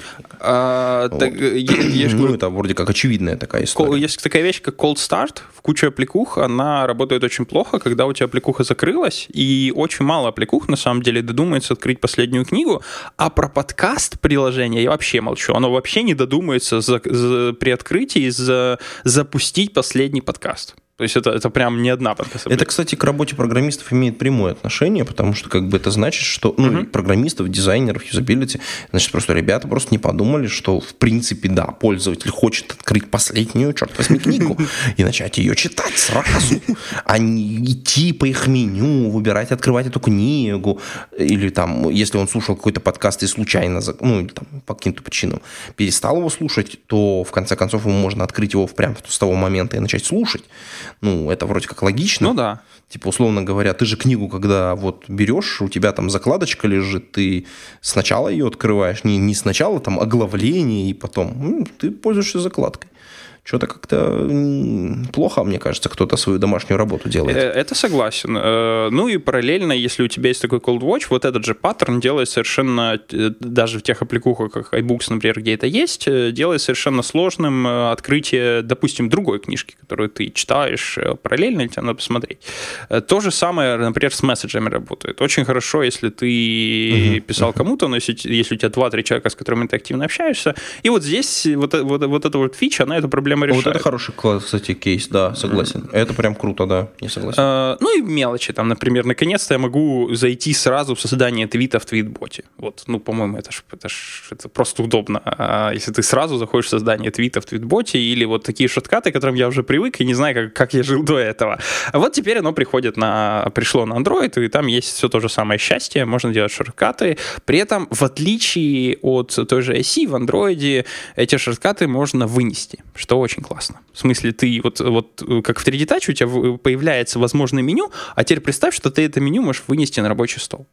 А, вот. так, я, я ну, это вроде как очевидная такая история. Есть такая вещь, как cold start. В куче аппликух она работает очень плохо, когда у тебя аппликуха закрылась, и очень мало аппликух, на самом деле, додумается открыть последнюю книгу. А про подкаст приложение я вообще молчу. Оно вообще не додумается за, за, при открытии за, запустить последний подкаст. То есть это, это прям не одна подкаст. Это, кстати, к работе программистов имеет прямое отношение, потому что как бы это значит, что ну, uh-huh. программистов, дизайнеров, юзабилити, значит, просто ребята просто не подумали, что в принципе, да, пользователь хочет открыть последнюю, черт возьми, книгу и начать ее читать сразу, а не идти по их меню, выбирать, открывать эту книгу, или там, если он слушал какой-то подкаст и случайно, ну, или там по каким-то причинам перестал его слушать, то в конце концов ему можно открыть его прямо с того момента и начать слушать. Ну, это вроде как логично. Ну да. Типа, условно говоря, ты же книгу, когда вот берешь, у тебя там закладочка лежит, ты сначала ее открываешь, не, не сначала там оглавление, и потом ну, ты пользуешься закладкой. Что-то как-то плохо, мне кажется, кто-то свою домашнюю работу делает. Это согласен. Ну и параллельно, если у тебя есть такой Cold Watch, вот этот же паттерн делает совершенно, даже в тех аппликухах, как iBooks, например, где это есть, делает совершенно сложным открытие, допустим, другой книжки, которую ты читаешь параллельно, или тебе надо посмотреть. То же самое, например, с месседжами работает. Очень хорошо, если ты uh-huh. писал кому-то, но если, если у тебя два-три человека, с которыми ты активно общаешься, и вот здесь вот, вот, вот эта вот фича, она эту проблему решает. Вот это хороший, кстати, кейс, да, согласен. Mm. Это прям круто, да, я согласен. А, ну и мелочи, там, например, наконец-то я могу зайти сразу в создание твита в твитботе. Вот, ну, по-моему, это, ж, это, ж, это просто удобно. А если ты сразу заходишь в создание твита в твитботе или вот такие шорткаты, к которым я уже привык и не знаю, как, как я жил до этого. А вот теперь оно приходит на, пришло на Android, и там есть все то же самое счастье, можно делать шорткаты. При этом, в отличие от той же ай си, в Android эти шорткаты можно вынести, что очень классно. В смысле, ты вот, вот как в три ди Touch у тебя появляется возможное меню, а теперь представь, что ты это меню можешь вынести на рабочий стол.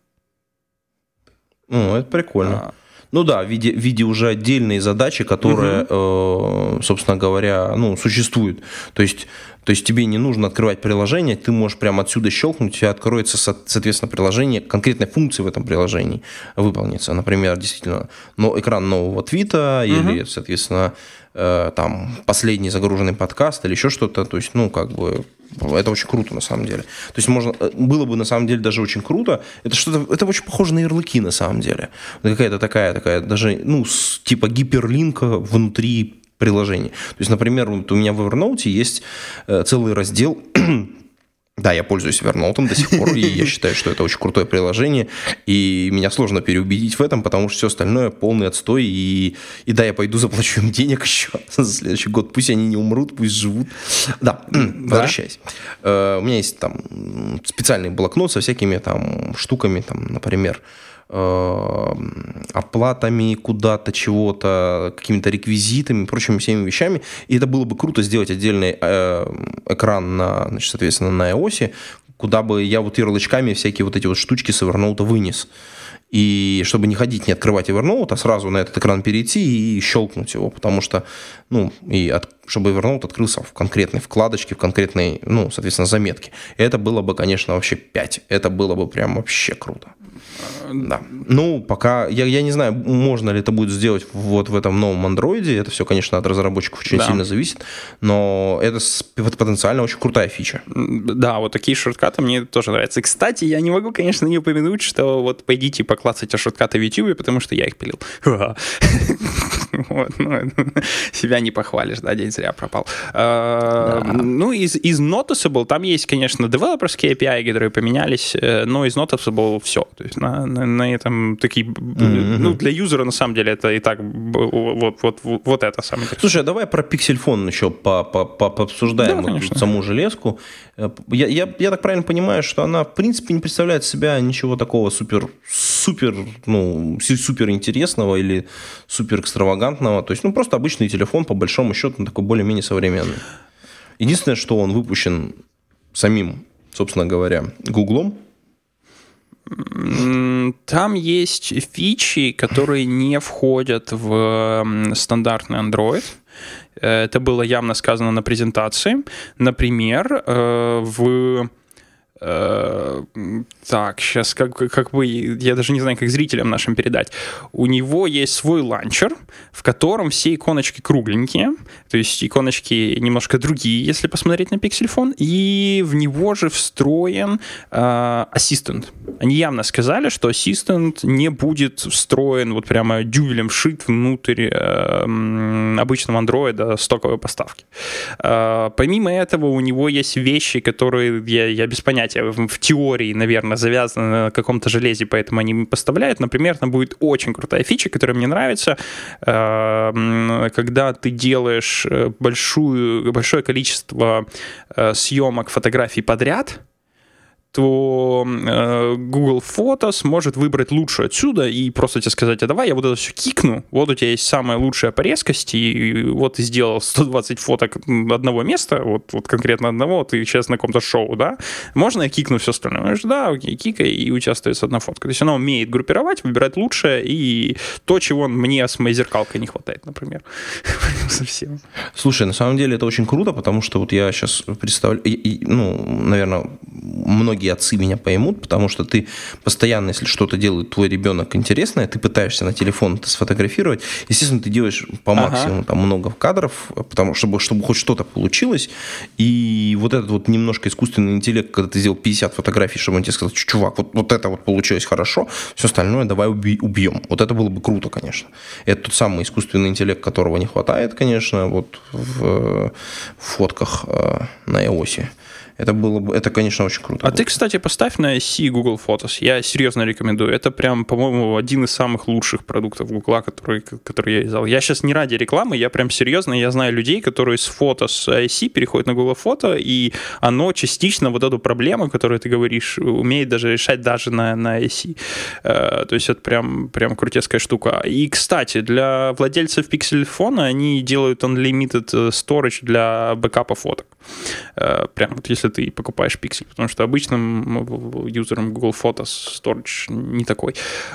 Ну, это прикольно. А. Ну да, в виде, в виде уже отдельной задачи, которая, угу. э, собственно говоря, ну, существует. То есть, то есть тебе не нужно открывать приложение, ты можешь прямо отсюда щелкнуть, у тебя откроется, соответственно, приложение, конкретная функция в этом приложении выполнится. Например, действительно, но экран нового твита угу. или, соответственно, э, там последний загруженный подкаст или еще что-то. То есть, ну, как бы... Это очень круто, на самом деле. То есть можно, было бы, на самом деле, даже очень круто. Это что-то, это очень похоже на ярлыки, на самом деле. Какая-то такая, такая даже, ну, с, типа гиперлинка внутри приложения. То есть, например, вот у меня в Evernote есть целый раздел... Да, я пользуюсь Evernote до сих пор, и я считаю, что это очень крутое приложение, и меня сложно переубедить в этом, потому что все остальное полный отстой, и, и да, я пойду заплачу им денег еще за следующий год, пусть они не умрут, пусть живут. Да, да? Возвращаясь. Uh, у меня есть там специальный блокнот со всякими там штуками, там, например, оплатами куда-то, чего-то, какими-то реквизитами, прочими всеми вещами. И это было бы круто сделать отдельный э, экран, на, значит, соответственно, на iOS, куда бы я вот ярлычками всякие вот эти вот штучки с Evernote вынес. И чтобы не ходить, не открывать Evernote, а сразу на этот экран перейти и щелкнуть его, потому что, ну, и от, чтобы Evernote открылся в конкретной вкладочке, в конкретной, ну, соответственно, заметке. Это было бы, конечно, вообще пять. Это было бы прям вообще круто. Да. Ну, пока, я, я не знаю, можно ли это будет сделать вот в этом новом андроиде. Это все, конечно, от разработчиков очень да. сильно зависит, но это потенциально очень крутая фича. Да, вот такие шорткаты мне тоже нравятся. И, кстати, я не могу, конечно, не упомянуть, что вот пойдите поклацайте шорткаты в YouTube, потому что я их пилил. Себя не похвалишь, да, день зря пропал. Да. Ну, из, из Noticeable там есть, конечно, девелоперские эй пи ай, которые поменялись, но из Noticeable все. То есть на, на, на этом такие... Mm-hmm. Ну, для юзера, на самом деле, это и так вот, вот, вот, вот это самое интересное. Слушай, а давай про Pixel Phone еще пообсуждаем, да, вот саму железку. Я, я, я так правильно понимаю, что она, в принципе, не представляет себя ничего такого супер, супер, ну, супер интересного или супер экстравагантного. То есть, ну, просто обычный телефон, по большому счету, он такой более-менее современный. Единственное, что он выпущен самим, собственно говоря, Гуглом. Там есть фичи, которые не входят в стандартный Android. Это было явно сказано на презентации. Например, в... Так, сейчас как, как бы, я даже не знаю, как зрителям нашим передать. У него есть свой ланчер, в котором все иконочки кругленькие, то есть иконочки немножко другие, если посмотреть на Pixel Phone, и в него же встроен э, Assistant. Они явно сказали, что Assistant не будет встроен вот прямо дюбелем вшит внутрь э, обычного андроида стоковой поставки. Э, помимо этого, у него есть вещи, которые я, я без понятия в теории, наверное, завязаны на каком-то железе, поэтому они поставляют. Например, там будет очень крутая фича, которая мне нравится, когда ты делаешь большую, большое количество съемок фотографий подряд, то э, Google Photos может выбрать лучшее отсюда и просто тебе сказать, а давай я вот это все кикну, вот у тебя есть самая лучшая по резкости, и вот ты сделал сто двадцать фоток одного места, вот, вот конкретно одного, ты сейчас на каком-то шоу, да, можно я кикну все остальное? Говоришь, да, окей, кикай, и у тебя остается одна фотка. То есть она умеет группировать, выбирать лучшее, и то, чего мне с моей зеркалкой не хватает, например. Совсем. Слушай, на самом деле это очень круто, потому что вот я сейчас представляю, ну, наверное, многие отцы меня поймут, потому что ты постоянно, если что-то делает твой ребенок интересное, ты пытаешься на телефон это сфотографировать, естественно, ты делаешь по максимуму ага. там много кадров, потому чтобы, чтобы хоть что-то получилось, и вот этот вот немножко искусственный интеллект, когда ты сделал пятьдесят фотографий, чтобы он тебе сказал, чувак, вот, вот это вот получилось хорошо, все остальное давай уби- убьем. Вот это было бы круто, конечно. Это тот самый искусственный интеллект, которого не хватает, конечно, вот в, в фотках на iOS. Это было бы, это, конечно, очень круто. А было. Ты, кстати, поставь на си Google Photos. Я серьезно рекомендую. Это прям, по-моему, один из самых лучших продуктов Google, который, который я издал. Я сейчас не ради рекламы, я прям серьезно, я знаю людей, которые с фото с ай си переходят на Google Photo, и оно частично вот эту проблему, которую ты говоришь, умеет даже решать даже на, на ай си. Uh, то есть это прям, прям крутецкая штука. И, кстати, для владельцев Pixel Phone они делают unlimited storage для бэкапа фоток. Uh, прям вот если ты покупаешь Pixel, потому что обычным юзерам Google Photos Storage не такой.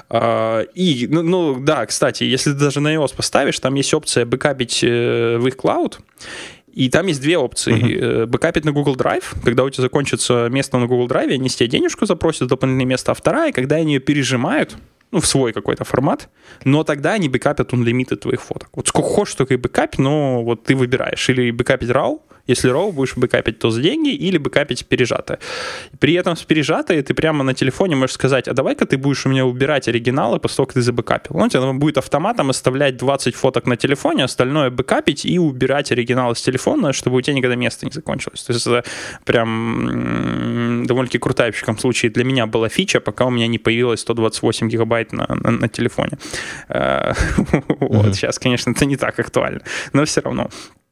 И, ну, ну да, кстати, если ты даже на iOS поставишь, там есть опция бэкапить в их клауд, и там есть две опции. Uh-huh. Бэкапить на Google Drive, когда у тебя закончится место на Google Drive, они с тебя денежку запросят, дополнительное место, а вторая, когда они ее пережимают, ну, в свой какой-то формат, но тогда они бэкапят unlimited твоих фоток. Вот сколько хочешь, только и бэкапь, но вот ты выбираешь. Или бэкапить RAW, если RAW будешь бэкапить, то за деньги, или бэкапить пережатое. При этом с пережатой ты прямо на телефоне можешь сказать, а давай-ка ты будешь у меня убирать оригиналы после того, как ты забэкапил. Он тебе будет автоматом оставлять двадцать фоток на телефоне, остальное бэкапить и убирать оригиналы с телефона, чтобы у тебя никогда место не закончилось. То есть это прям довольно-таки крутая, в каком случае для меня была фича, пока у меня не появилось сто двадцать восемь гигабайт на, на, на телефоне. Вот, сейчас, конечно, это не так актуально, но все равно.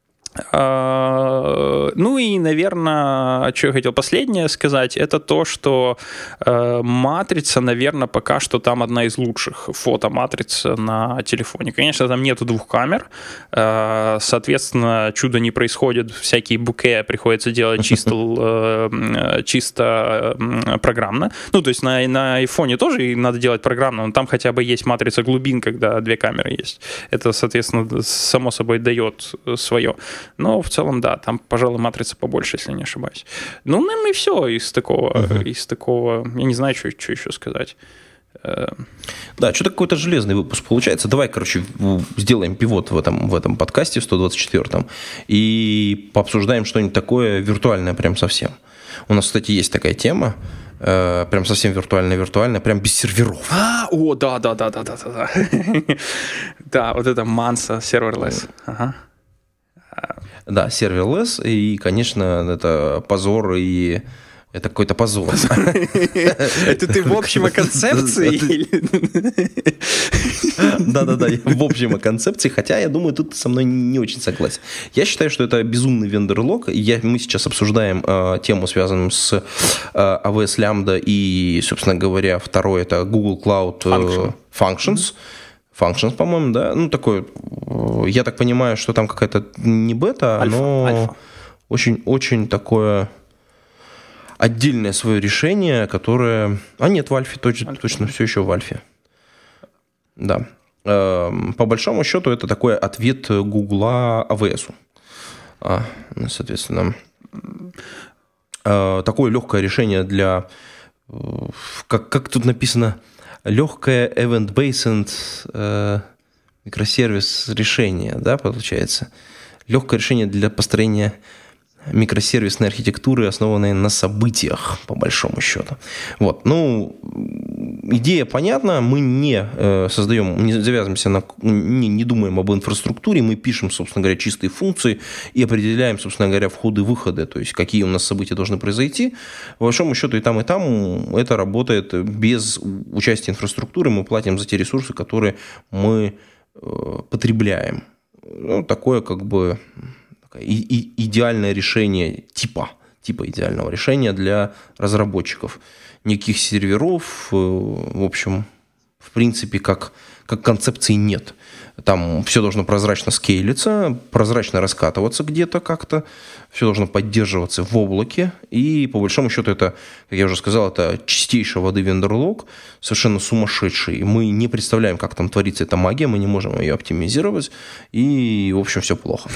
Uh, ну и, наверное, что я хотел последнее сказать, это то, что uh, матрица, наверное, пока что там одна из лучших фотоматриц на телефоне. Конечно, там нету двух камер, uh, соответственно, чудо не происходит, всякие буке приходится делать чисто, uh, чисто uh, программно. Ну, то есть на, на айфоне тоже надо делать программно, но там хотя бы есть матрица глубин, когда две камеры есть. Это, соответственно, само собой дает свое. Но в целом, да, там, пожалуй, матрица побольше, если не ошибаюсь. Ну, ну и все из такого, uh-huh. из такого, я не знаю, что, что еще сказать. Да, что-то какой-то железный выпуск получается. Давай, короче, сделаем пивот в этом, в этом подкасте, в сто двадцать четвёртом, и пообсуждаем что-нибудь такое виртуальное прям совсем. У нас, кстати, есть такая тема, э, прям совсем виртуальная-виртуальная, прям без серверов. А, о, да-да-да-да-да-да. Да, вот это Mansa Serverless. Ага. Да, serverless, и, конечно, это позор и... Это какой-то позор. Это ты в общем о концепции? Да-да-да, в общем о концепции, хотя, я думаю, тут ты со мной не очень согласен. Я считаю, что это безумный вендор-лок. Мы сейчас обсуждаем э, тему, связанную с э, эй ви эс Lambda и, собственно говоря, второе это Google Cloud э, Functions. Functions, по-моему, да? Ну, такое, я так понимаю, что там какая-то не бета, альфа, но альфа. Очень, очень такое... отдельное свое решение, которое... А нет, в Альфе точно, точно все еще в Альфе. Да. По большому счету, это такой ответ Гугла эй ви эс. Соответственно, такое легкое решение для... Как, как тут написано? Легкое event-based микросервис решение, да, получается? Легкое решение для построения микросервисной архитектуры, основанной на событиях, по большому счету. Вот. Ну, идея понятна, мы не э, создаем, не завязываемся на, не, не думаем об инфраструктуре, мы пишем, собственно говоря, чистые функции и определяем, собственно говоря, входы-выходы, то есть какие у нас события должны произойти. По большому счету и там, и там это работает без участия инфраструктуры, мы платим за те ресурсы, которые мы э, потребляем. Ну, такое как бы... И, и, идеальное решение, типа, типа идеального решения для разработчиков. Никаких серверов, в общем, в принципе, как, как концепции нет. Там все должно прозрачно скейлиться, прозрачно раскатываться где-то как-то, все должно поддерживаться в облаке, и по большому счету это, как я уже сказал, это чистейшей воды вендор-лог, совершенно сумасшедший. Мы не представляем, как там творится эта магия, мы не можем ее оптимизировать, и, в общем, все плохо.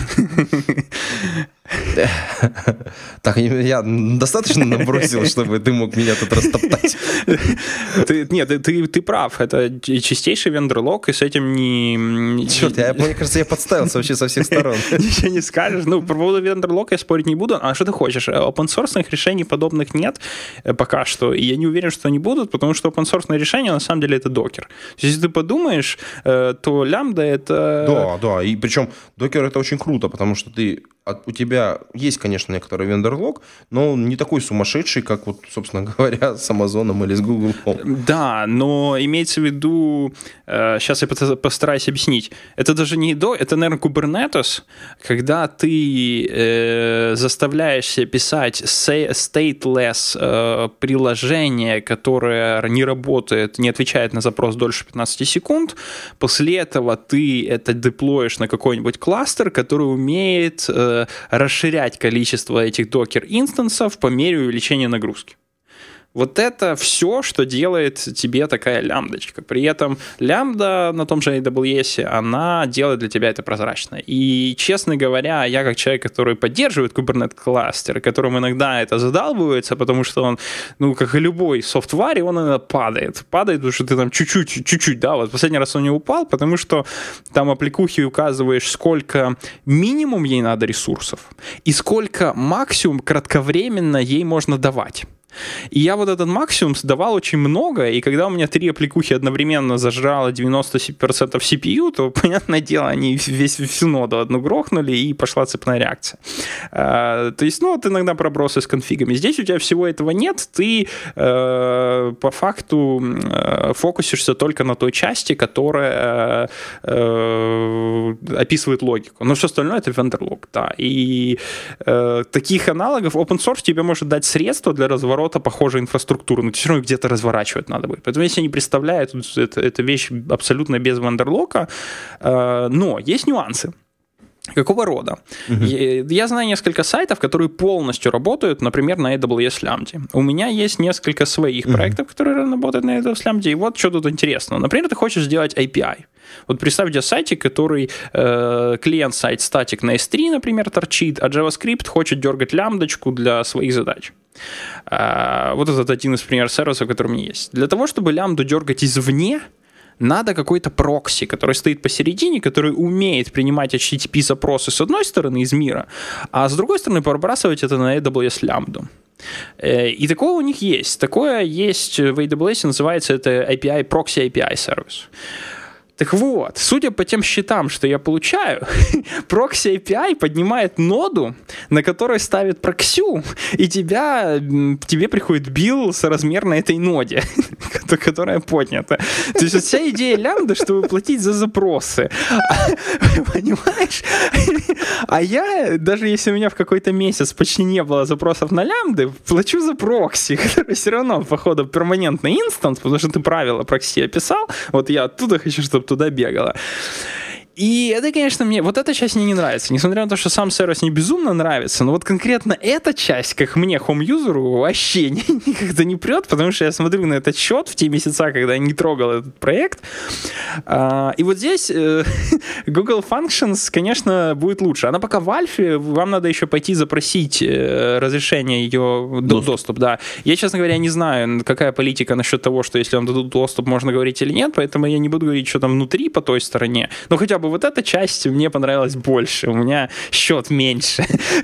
Так, я достаточно набросил, чтобы ты мог меня тут растоптать? Нет, ты прав, это чистейший вендор-лог, и с этим не... Черт, я, мне кажется, я подставился вообще со всех сторон. Ничего не скажешь. Ну, про поводу вендор-лока я спорить не буду. А что ты хочешь? Open-source решений подобных нет пока что. И я не уверен, что они будут, потому что open-source решение на самом деле это докер. То есть, если ты подумаешь, то лямбда это... Да, да. И причем докер это очень круто, потому что ты... У тебя есть, конечно, некоторый вендор-лог, но он не такой сумасшедший, как, вот, собственно говоря, с Amazon или с Google. Да, но имеется в виду, э, сейчас я постараюсь объяснить, это даже не до, это, наверное, Kubernetes, когда ты э, заставляешь себя писать stateless э, приложение, которое не работает, не отвечает на запрос дольше пятнадцать секунд, после этого ты это деплоишь на какой-нибудь кластер, который умеет... Э, расширять количество этих докер-инстансов по мере увеличения нагрузки. Вот это все, что делает тебе такая лямбдочка. При этом лямбда на том же эй дабл ю эс, она делает для тебя это прозрачно. И, честно говоря, я как человек, который поддерживает Kubernetes-кластер, которым иногда это задалбывается, потому что он, ну, как и любой софтварь, он иногда падает. Падает, потому что ты там чуть-чуть, чуть-чуть, да, вот последний раз он не упал, потому что там аппликухи указываешь, сколько минимум ей надо ресурсов и сколько максимум кратковременно ей можно давать. И я вот этот максимум сдавал очень много, и когда у меня три аппликухи одновременно зажрало девяносто процентов си пи ю, то, понятное дело, они весь, всю ноду одну грохнули, и пошла цепная реакция. А, то есть, ну, вот иногда пробросы с конфигами. Здесь у тебя всего этого нет, ты э, по факту э, фокусишься только на той части, которая э, описывает логику. Но все остальное — это вендор-лог, да. И э, таких аналогов open source тебе может дать средства для разворота похожей инфраструктуры, но все равно где-то разворачивать надо будет. Поэтому если они представляют, это, это вещь абсолютно без вендор-лока, э, но есть нюансы. Какого рода? Uh-huh. Я, я знаю несколько сайтов, которые полностью работают, например, на эй дабл ю эс Lambda. У меня есть несколько своих uh-huh. проектов, которые работают на эй дабл ю эс Lambda, и вот что тут интересного. Например, ты хочешь сделать эй пи ай. Вот представь себе сайтик, который э, клиент-сайт статик на эс три, например, торчит, а JavaScript хочет дергать лямбдочку для своих задач. Э, вот этот один из примеров сервисов, который у меня есть. Для того, чтобы лямбду дергать извне, надо какой-то прокси, который стоит посередине, который умеет принимать эйч ти ти пи-запросы с одной стороны из мира, а с другой стороны пробрасывать это на эй дабл ю эс Lambda. И такое у них есть. Такое есть в эй дабл ю эс, называется это эй пи ай, прокси эй пи ай сервис. Так вот, судя по тем счетам, что я получаю, Proxy эй пи ай поднимает ноду, на которой ставит проксю, и тебя, тебе приходит билл соразмерно этой ноде, которая поднята. То есть вот вся идея лямбды, чтобы платить за запросы. Понимаешь? А я, даже если у меня в какой-то месяц почти не было запросов на лямбды, плачу за прокси, который все равно, походу, перманентный инстанс, потому что ты правила прокси описал, вот я оттуда хочу, чтобы туда бегала. И это, конечно, мне... Вот эта часть мне не нравится. Несмотря на то, что сам сервис не безумно нравится, но вот конкретно эта часть, как мне, хоум-юзеру, вообще никогда не прет, потому что я смотрю на этот счет в те месяца, когда я не трогал этот проект. И вот здесь Google Functions, конечно, будет лучше. Она пока в альфе, вам надо еще пойти запросить разрешение ее доступ. доступ да. Я, честно говоря, не знаю, какая политика насчет того, что если вам дадут доступ, можно говорить или нет, поэтому я не буду говорить, что там внутри по той стороне. Но хотя бы вот эта часть мне понравилась больше. У меня счет меньше.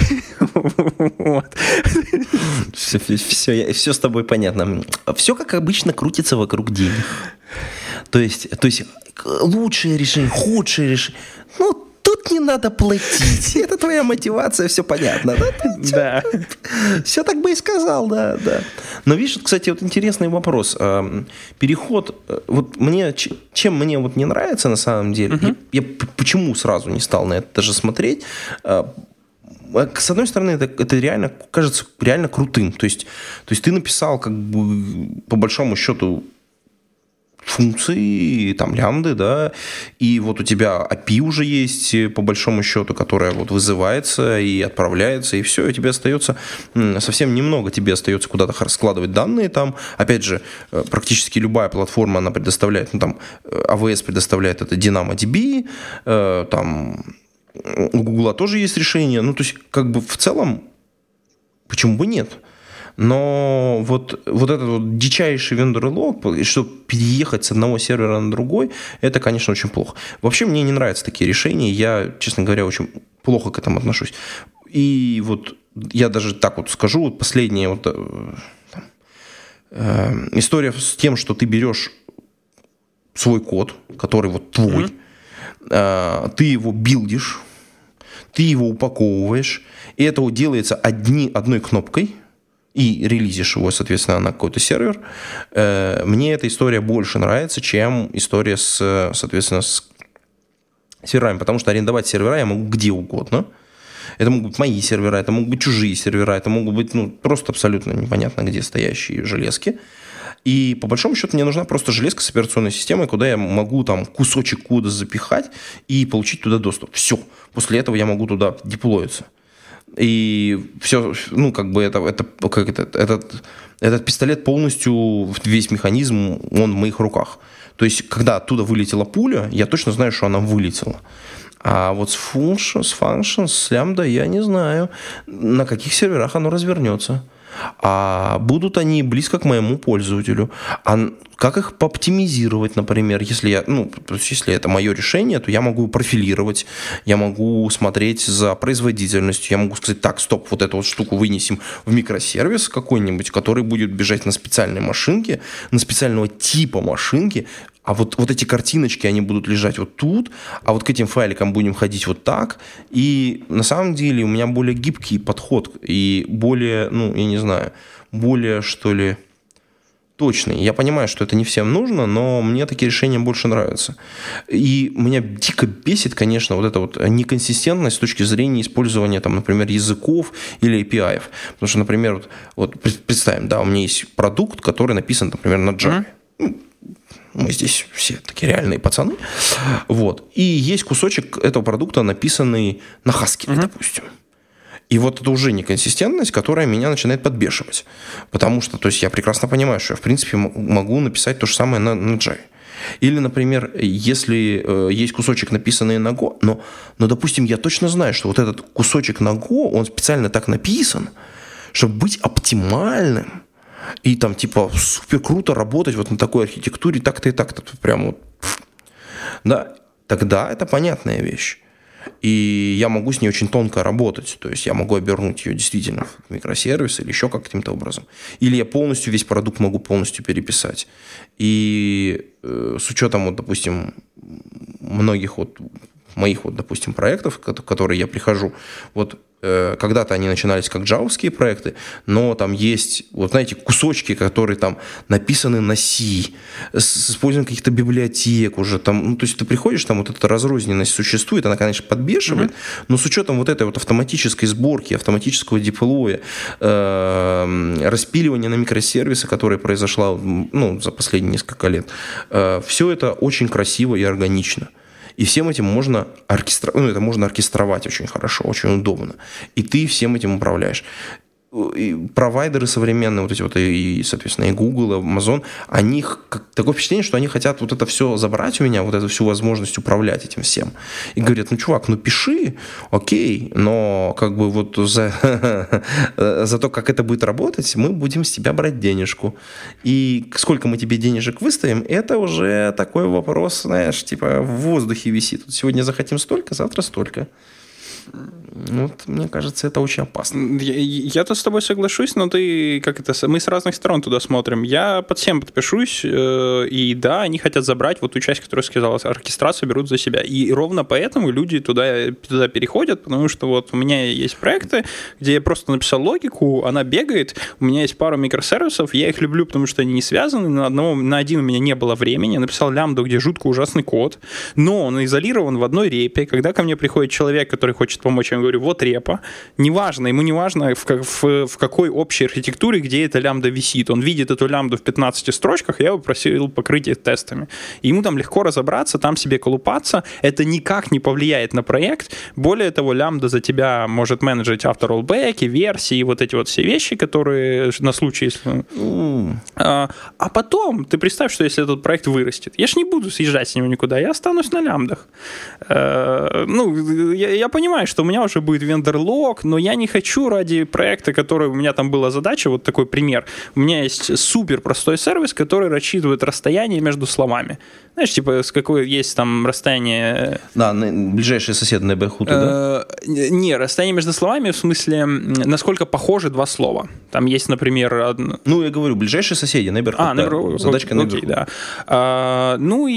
Все, все, все с тобой понятно. Все, как обычно, крутится вокруг денег. То есть, то есть лучшее решение, худшее решение. Ну, тут не надо платить. Это твоя мотивация, все понятно. Да? Да. Все так бы и сказал, да, да. Но видишь, кстати, вот интересный вопрос. Переход, вот мне, чем мне вот не нравится на самом деле, uh-huh. я, я почему сразу не стал на это даже смотреть. С одной стороны, это, это реально кажется реально крутым. То есть, то есть ты написал, как бы, по большому счету, функции, там, лямбды, да, и вот у тебя эй пи ай уже есть, по большому счету, которая вот вызывается и отправляется, и все, и тебе остается совсем немного, тебе остается куда-то складывать данные там, опять же, практически любая платформа, она предоставляет, ну, там, эй ви эс предоставляет это DynamoDB, там, у Гугла тоже есть решение, ну, то есть, как бы, в целом, почему бы нет? Но вот, вот этот вот дичайший vendor log, чтобы переехать с одного сервера на другой, это, конечно, очень плохо. Вообще мне не нравятся такие решения, я, честно говоря, очень плохо к этому отношусь. И вот я даже так вот скажу, вот последняя вот, там, э, история с тем, что ты берешь свой код, который вот твой, mm-hmm. э, ты его билдишь, ты его упаковываешь, и это делается одни, одной кнопкой, и релизишь его, соответственно, на какой-то сервер. Мне эта история больше нравится, чем история, с, соответственно, с серверами, потому что арендовать сервера я могу где угодно. Это могут быть мои сервера, это могут быть чужие сервера, это могут быть, ну, просто абсолютно непонятно где стоящие железки. И по большому счету мне нужна просто железка с операционной системой, куда я могу там кусочек кода запихать и получить туда доступ. Все. После этого я могу туда деплоиться. И все, ну, как бы это, это, как это, этот, этот пистолет полностью, весь механизм, он в моих руках. То есть, когда оттуда вылетела пуля, я точно знаю, что она вылетела. А вот с Functions, с Functions, с Lambda я не знаю, на каких серверах оно развернется. А будут они близко к моему пользователю. А как их пооптимизировать, например, если я, ну, если это мое решение, то я могу профилировать, я могу смотреть за производительностью, я могу сказать, так, стоп, вот эту вот штуку вынесем в микросервис какой-нибудь, который будет бежать на специальной машинке, на специального типа машинки, а вот, вот эти картиночки, они будут лежать вот тут, а вот к этим файликам будем ходить вот так. И на самом деле у меня более гибкий подход и более, ну, я не знаю, более, что ли, точный. Я понимаю, что это не всем нужно, но мне такие решения больше нравятся. И меня дико бесит, конечно, вот эта вот неконсистентность с точки зрения использования, там, например, языков или эй пи ай. Потому что, например, вот, вот представим, да, у меня есть продукт, который написан, например, на Java. Mm-hmm. Мы здесь все такие реальные пацаны. Вот. И есть кусочек этого продукта, написанный на Haskell, uh-huh. допустим. И вот это уже неконсистентность, которая меня начинает подбешивать. Потому что, то есть, я прекрасно понимаю, что я, в принципе, могу написать то же самое на, на Java. Или, например, если э, есть кусочек, написанный на Go, но, но, допустим, я точно знаю, что вот этот кусочек на Go, он специально так написан, чтобы быть оптимальным. И там, типа, супер круто работать вот на такой архитектуре, так-то и так-то. Прям вот. Да, тогда это понятная вещь. И я могу с ней очень тонко работать. То есть я могу обернуть ее действительно в микросервис или еще каким-то образом. Или я полностью весь продукт могу полностью переписать. И э, с учетом, вот, допустим, многих вот моих, вот, допустим, проектов, в которые я прихожу, вот э, когда-то они начинались как джавовские проекты, но там есть, вот знаете, кусочки, которые там написаны на C, с использованием каких-то библиотек уже там, ну, то есть ты приходишь, там вот эта разрозненность существует, она, конечно, подбешивает, mm-hmm. но с учетом вот этой вот автоматической сборки, автоматического деплоя, э, распиливания на микросервисы, которое произошло, ну, за последние несколько лет, э, все это очень красиво и органично. И всем этим можно оркестровать, ну, это можно оркестровать очень хорошо, очень удобно. И ты всем этим управляешь. И провайдеры современные, вот эти вот, и, соответственно, и Google, и Amazon, они, как, такое впечатление, что они хотят вот это все забрать у меня, вот эту всю возможность управлять этим всем. И говорят, ну, чувак, ну, пиши, окей, но как бы вот за, за то, как это будет работать, мы будем с тебя брать денежку. И сколько мы тебе денежек выставим, это уже такой вопрос, знаешь, типа в воздухе висит. Сегодня захотим столько, завтра столько. Вот, мне кажется, это очень опасно. Я, я-то с тобой соглашусь, но ты, как это, мы с разных сторон туда смотрим. Я под всем подпишусь, э, и да, они хотят забрать вот ту часть, которую я сказал, оркестрацию берут за себя. И ровно поэтому люди туда, туда переходят, потому что вот у меня есть проекты, где я просто написал логику, она бегает, у меня есть пару микросервисов, я их люблю, потому что они не связаны, на, одного, на один у меня не было времени, я написал лямбду, где жутко ужасный код, но он изолирован в одной репе. Когда ко мне приходит человек, который хочет помочь, я говорю, вот репа, неважно, ему не важно в, в, в какой общей архитектуре, где эта лямбда висит. Он видит эту лямбду в пятнадцати строчках, я его просил покрыть их тестами. И ему там легко разобраться, там себе колупаться, это никак не повлияет на проект. Более того, лямбда за тебя может менеджить автороллбеки, версии, вот эти вот все вещи, которые на случай, если... Mm. А, а потом, ты представь, что если этот проект вырастет, я ж не буду съезжать с него никуда, я останусь на лямбдах. А, ну, я, я понимаю, что у меня уже будет вендор-лог, но я не хочу ради проекта, который у меня там была задача, вот такой пример. У меня есть супер простой сервис, который рассчитывает расстояние между словами. Знаешь, типа, с какое есть там расстояние... Да, ближайший сосед на Бэхуту, да? Не, расстояние между словами, в смысле, насколько похожи два слова. Там есть, например... Одно... Ну, я говорю, ближайшие соседи, Neighborhood. А, Neighborhood. Да. Задачка Neighborhood. Окей, да. А, ну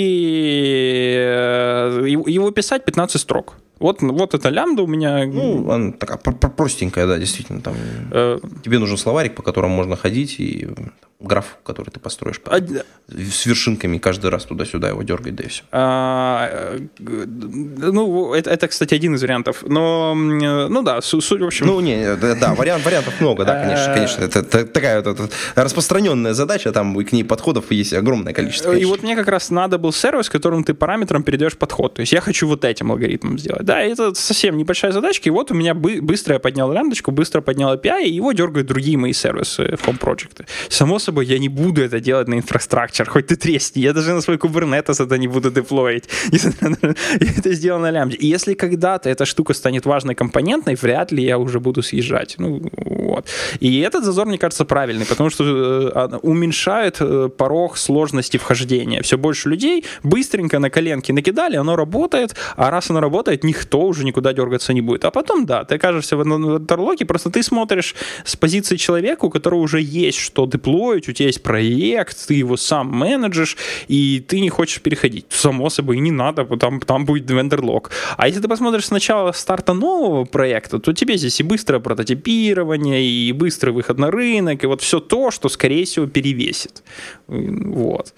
и его писать пятнадцать строк. Вот, вот эта лямбда у меня... Ну, она такая простенькая, да, действительно. Там э... Тебе нужен словарик, по которому можно ходить, и граф, который ты построишь, а... с вершинками, каждый раз туда-сюда его дергать, да и все. А, ну, это, это, кстати, один из вариантов. Но, ну да, суть, в общем... Ну, не, да, да вариант, вариантов много, да, конечно, конечно. Это, это такая вот это, распространенная задача, там и к ней подходов есть огромное количество. И вот мне как раз надо был сервис, которым ты параметрам передаешь подход. То есть я хочу вот этим алгоритмом сделать. Да, это совсем небольшая задачка, и вот у меня бы, быстро я поднял лямбдочку, быстро поднял эй пи ай, и его дергают другие мои сервисы в Home Project. Само собой, я не буду это делать на инфраструктуре, хоть ты тресни, я даже на свой Kubernetes это не буду деплоить. Я это сделал на лямбде. И если когда-то эта штука станет важной компонентной, вряд ли я уже буду съезжать. Ну, вот. И этот зазор, мне кажется, правильный, потому что уменьшает порог сложности вхождения. Все больше людей быстренько на коленки накидали, оно работает, а раз оно работает, никто уже никуда дергаться не будет. А потом, да, ты окажешься в вендор-логе, просто ты смотришь с позиции человека, у которого уже есть что деплоить, у тебя есть проект, ты его сам менеджешь, и ты не хочешь переходить. Само собой, не надо, там, там будет вендор-лог. А если ты посмотришь с начала старта нового проекта, то тебе здесь и быстрое прототипирование, и быстрый выход на рынок, и вот все то, что, скорее всего, перевесит. Вот.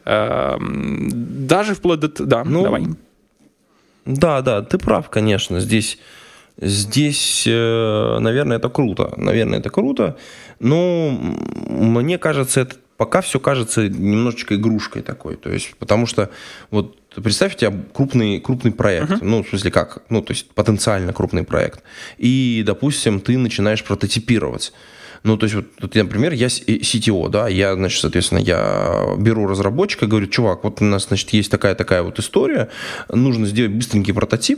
Даже вплоть до... Да, ну... давай. Да, да, ты прав, конечно. Здесь, здесь, наверное, это круто. Наверное, это круто. Но мне кажется, это пока все кажется немножечко игрушкой такой. То есть, потому что вот представь, у тебя крупный, крупный проект. Uh-huh. Ну, в смысле, как? Ну, то есть потенциально крупный проект. И, допустим, ты начинаешь прототипировать. Ну, то есть, вот, вот, например, я си ти о, да, я, значит, соответственно, я беру разработчика, говорю, чувак, вот у нас, значит, есть такая-такая вот история, нужно сделать быстренький прототип,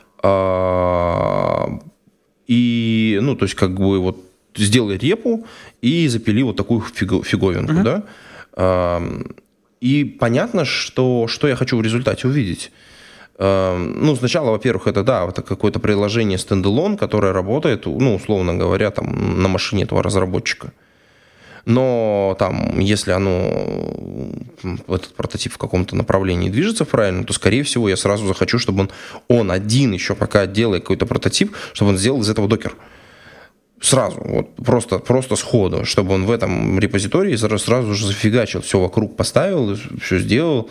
и, ну, то есть, как бы, вот, сделай репу и запили вот такую фиговинку, uh-huh. да, и понятно, что, что я хочу в результате увидеть. Ну, сначала, во-первых, это, да, это какое-то приложение стендалон, которое работает, ну, условно говоря, там, на машине этого разработчика. Но там, если оно, этот прототип в каком-то направлении движется правильно, то, скорее всего, я сразу захочу, чтобы он, он один еще пока делает какой-то прототип, чтобы он сделал из этого докер. Сразу, вот просто, просто сходу, чтобы он в этом репозитории сразу, сразу же зафигачил, все вокруг поставил, все сделал.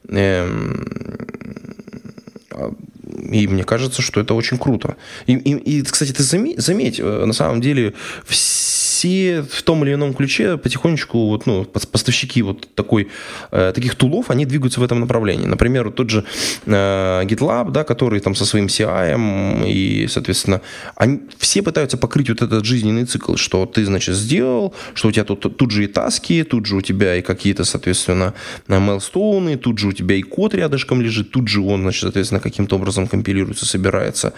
И мне кажется, что это очень круто. И, и, и кстати, ты заметь, заметь, на самом деле, все в том или ином ключе потихонечку, вот, ну, поставщики вот такой, э, таких тулов, они двигаются в этом направлении. Например, вот тот же э, GitLab, да, который там со своим си ай, и, соответственно, они все пытаются покрыть вот этот жизненный цикл, что ты, значит, сделал, что у тебя тут, тут же и таски, тут же у тебя и какие-то, соответственно, мейлстоуны, тут же у тебя и код рядышком лежит, тут же он, значит, соответственно, каким-то образом компилируется, собирается.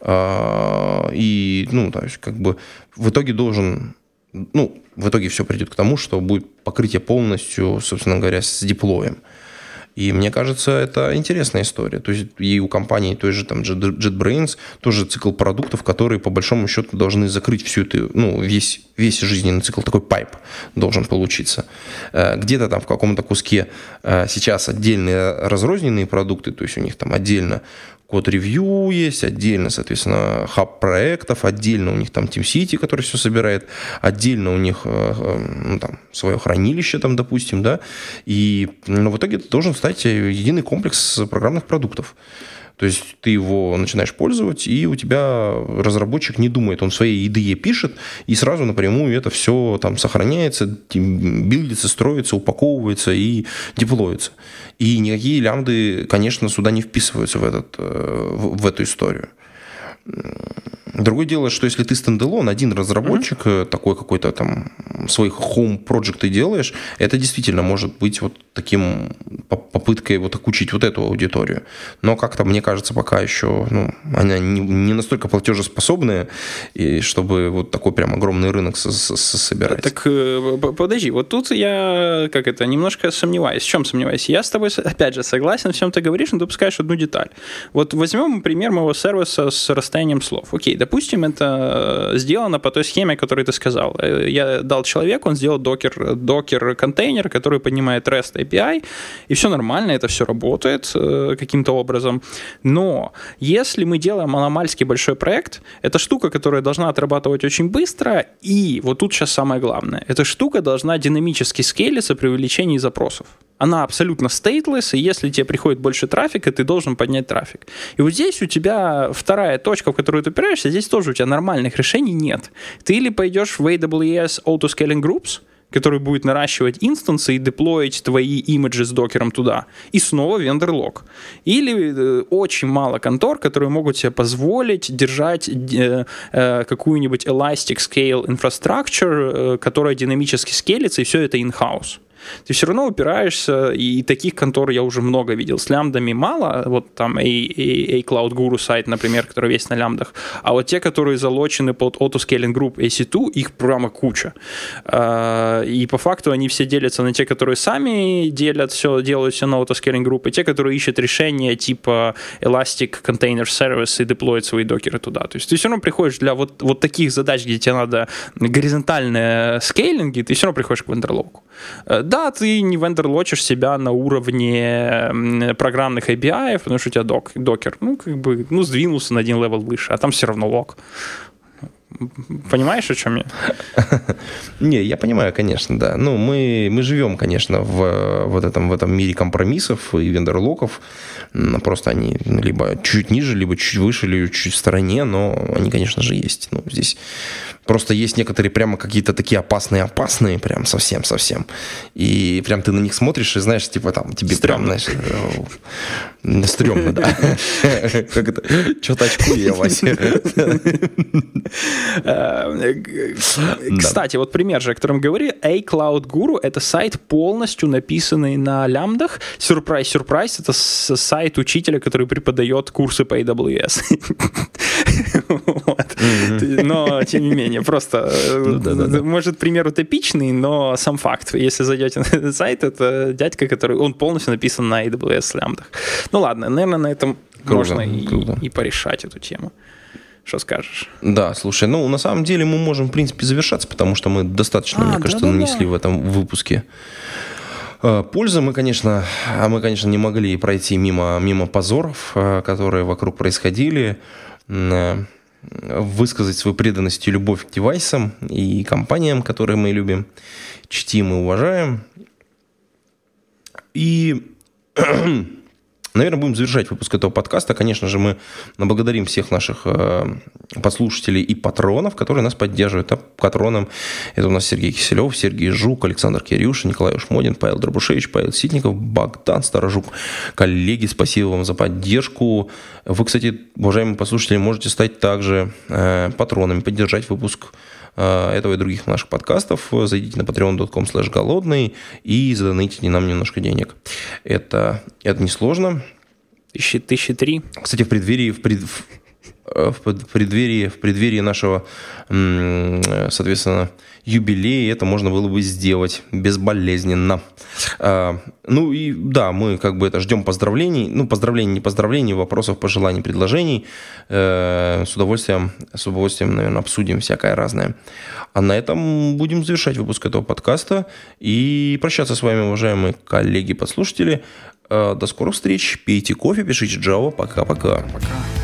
Э, и, ну, то есть, как бы в итоге должен... Ну, в итоге все придет к тому, что будет покрытие полностью, собственно говоря, с деплоем. И мне кажется, это интересная история. То есть и у компании той же там JetBrains тоже цикл продуктов, которые по большому счету должны закрыть всю эту, ну, весь, весь жизненный цикл, такой пайп должен получиться. Где-то там в каком-то куске сейчас отдельные разрозненные продукты, то есть у них там отдельно код-ревью есть, отдельно, соответственно, хаб проектов, отдельно у них там TeamCity, который все собирает, отдельно у них ну, там, свое хранилище, там, допустим, да, и ну, в итоге это должен стать единый комплекс программных продуктов. То есть ты его начинаешь пользовать, и у тебя разработчик не думает, он в своей ай ди и пишет, и сразу напрямую это все там сохраняется, билдится, строится, упаковывается и деплоится. И никакие лямбды, конечно, сюда не вписываются в, этот, в, в эту историю. Другое дело, что если ты стендалон, один разработчик, mm-hmm. такой какой-то там своих хоум-проджекты делаешь, это действительно может быть вот таким попыткой вот окучить вот эту аудиторию. Но как-то, мне кажется, пока еще ну, она не, не настолько платежеспособная, и чтобы вот такой прям огромный рынок с- с- собирать. Так подожди, вот тут я как это немножко сомневаюсь. В чем сомневаюсь? Я с тобой, опять же, согласен, в чем ты говоришь, но ты упускаешь одну деталь. Вот возьмем пример моего сервиса с расстоянием слов. Окей, допустим, это сделано по той схеме, которую ты сказал. Я дал человеку, он сделал докер, докер-контейнер, который поднимает REST эй пи ай, и все нормально, это все работает э, каким-то образом. Но если мы делаем аномальски большой проект, это штука, которая должна отрабатывать очень быстро, и вот тут сейчас самое главное, эта штука должна динамически скейлиться при увеличении запросов. Она абсолютно stateless, и если тебе приходит больше трафика, ты должен поднять трафик. И вот здесь у тебя вторая точка, в которую ты упираешься, здесь тоже у тебя нормальных решений нет. Ты или пойдешь в эй дабл ю эс Autoscaling Groups, который будет наращивать инстансы и деплоить твои имиджи с докером туда, и снова вендор-лог. Или э, очень мало контор, которые могут себе позволить держать э, э, какую-нибудь Elastic Scale Infrastructure, э, которая динамически скейлится, и все это in-house. Ты все равно упираешься, и таких контор я уже много видел. С лямбдами мало, вот там A-Cloud Guru сайт, например, который весь на лямбдах, а вот те, которые залочены под Autoscaling Group эй си два, их прямо куча. И по факту они все делятся на те, которые сами делят все, делают все на Autoscaling Group, и те, которые ищут решения типа Elastic Container Service и деплоят свои докеры туда. То есть ты все равно приходишь для вот, вот таких задач, где тебе надо горизонтальные скейлинги, ты все равно приходишь к вендорлогу. Да, ты не вендор-лочишь себя на уровне программных эй пи ай, потому что у тебя док, докер, ну, как бы, ну, сдвинулся на один левел выше, а там все равно лог. Понимаешь, о чем я? Не, я понимаю, конечно, да. Ну, мы, мы живем, конечно, в, вот этом, в этом мире компромиссов и вендор-локов. Просто они либо чуть ниже, либо чуть выше, либо чуть в стороне, но они, конечно же, есть. Ну, здесь просто есть некоторые прямо какие-то такие опасные-опасные, прям совсем-совсем. И прям ты на них смотришь и знаешь, типа там тебе прям, знаешь, стрёмно, да. Как это? Что-то очкую я, Вася. Кстати, вот пример же, о котором говорили, A-Cloud Guru — это сайт, полностью написанный на лямбдах. Сюрприз-сюрприз, это сайт учителя, который преподает курсы по эй дабл ю эс. Но, тем не менее, просто, может, пример утопичный, но сам факт. Если зайдете на этот сайт, это дядька, который, он полностью написан на эй дабл ю эс лямбдах. Ну ладно, наверное, на этом можно и порешать эту тему. Что скажешь? Да, слушай, ну, на самом деле мы можем, в принципе, завершаться, потому что мы достаточно, а, мне кажется, да, нанесли да. в этом выпуске пользы. Мы, конечно, мы, конечно, не могли пройти мимо, мимо позоров, которые вокруг происходили, высказать свою преданность и любовь к девайсам и компаниям, которые мы любим, чтим и уважаем. И, наверное, будем завершать выпуск этого подкаста. Конечно же, мы благодарим всех наших подслушателей и патронов, которые нас поддерживают. А патроном это у нас Сергей Киселев, Сергей Жук, Александр Кирюшин, Николай Ушмодин, Павел Дробушевич, Павел Ситников, Богдан Старожук. Коллеги, спасибо вам за поддержку. Вы, кстати, уважаемые послушатели, можете стать также патронами, поддержать выпуск этого и других наших подкастов. Зайдите на patreon точка com слэш голодный и задонатите нам немножко денег. Это, это несложно. Тысячи, тысячи три. Кстати, в преддверии, в, пред, в, преддверии, в преддверии нашего, соответственно, юбилея это можно было бы сделать безболезненно. А, ну и да, мы как бы это ждем поздравлений. Ну, поздравлений, не поздравлений, вопросов, пожеланий, предложений. Э, с удовольствием, с удовольствием, наверное, обсудим всякое разное. А на этом будем завершать выпуск этого подкаста и прощаться с вами, уважаемые коллеги-подслушатели. Э, до скорых встреч. Пейте кофе, пишите Java. Пока-пока. Пока.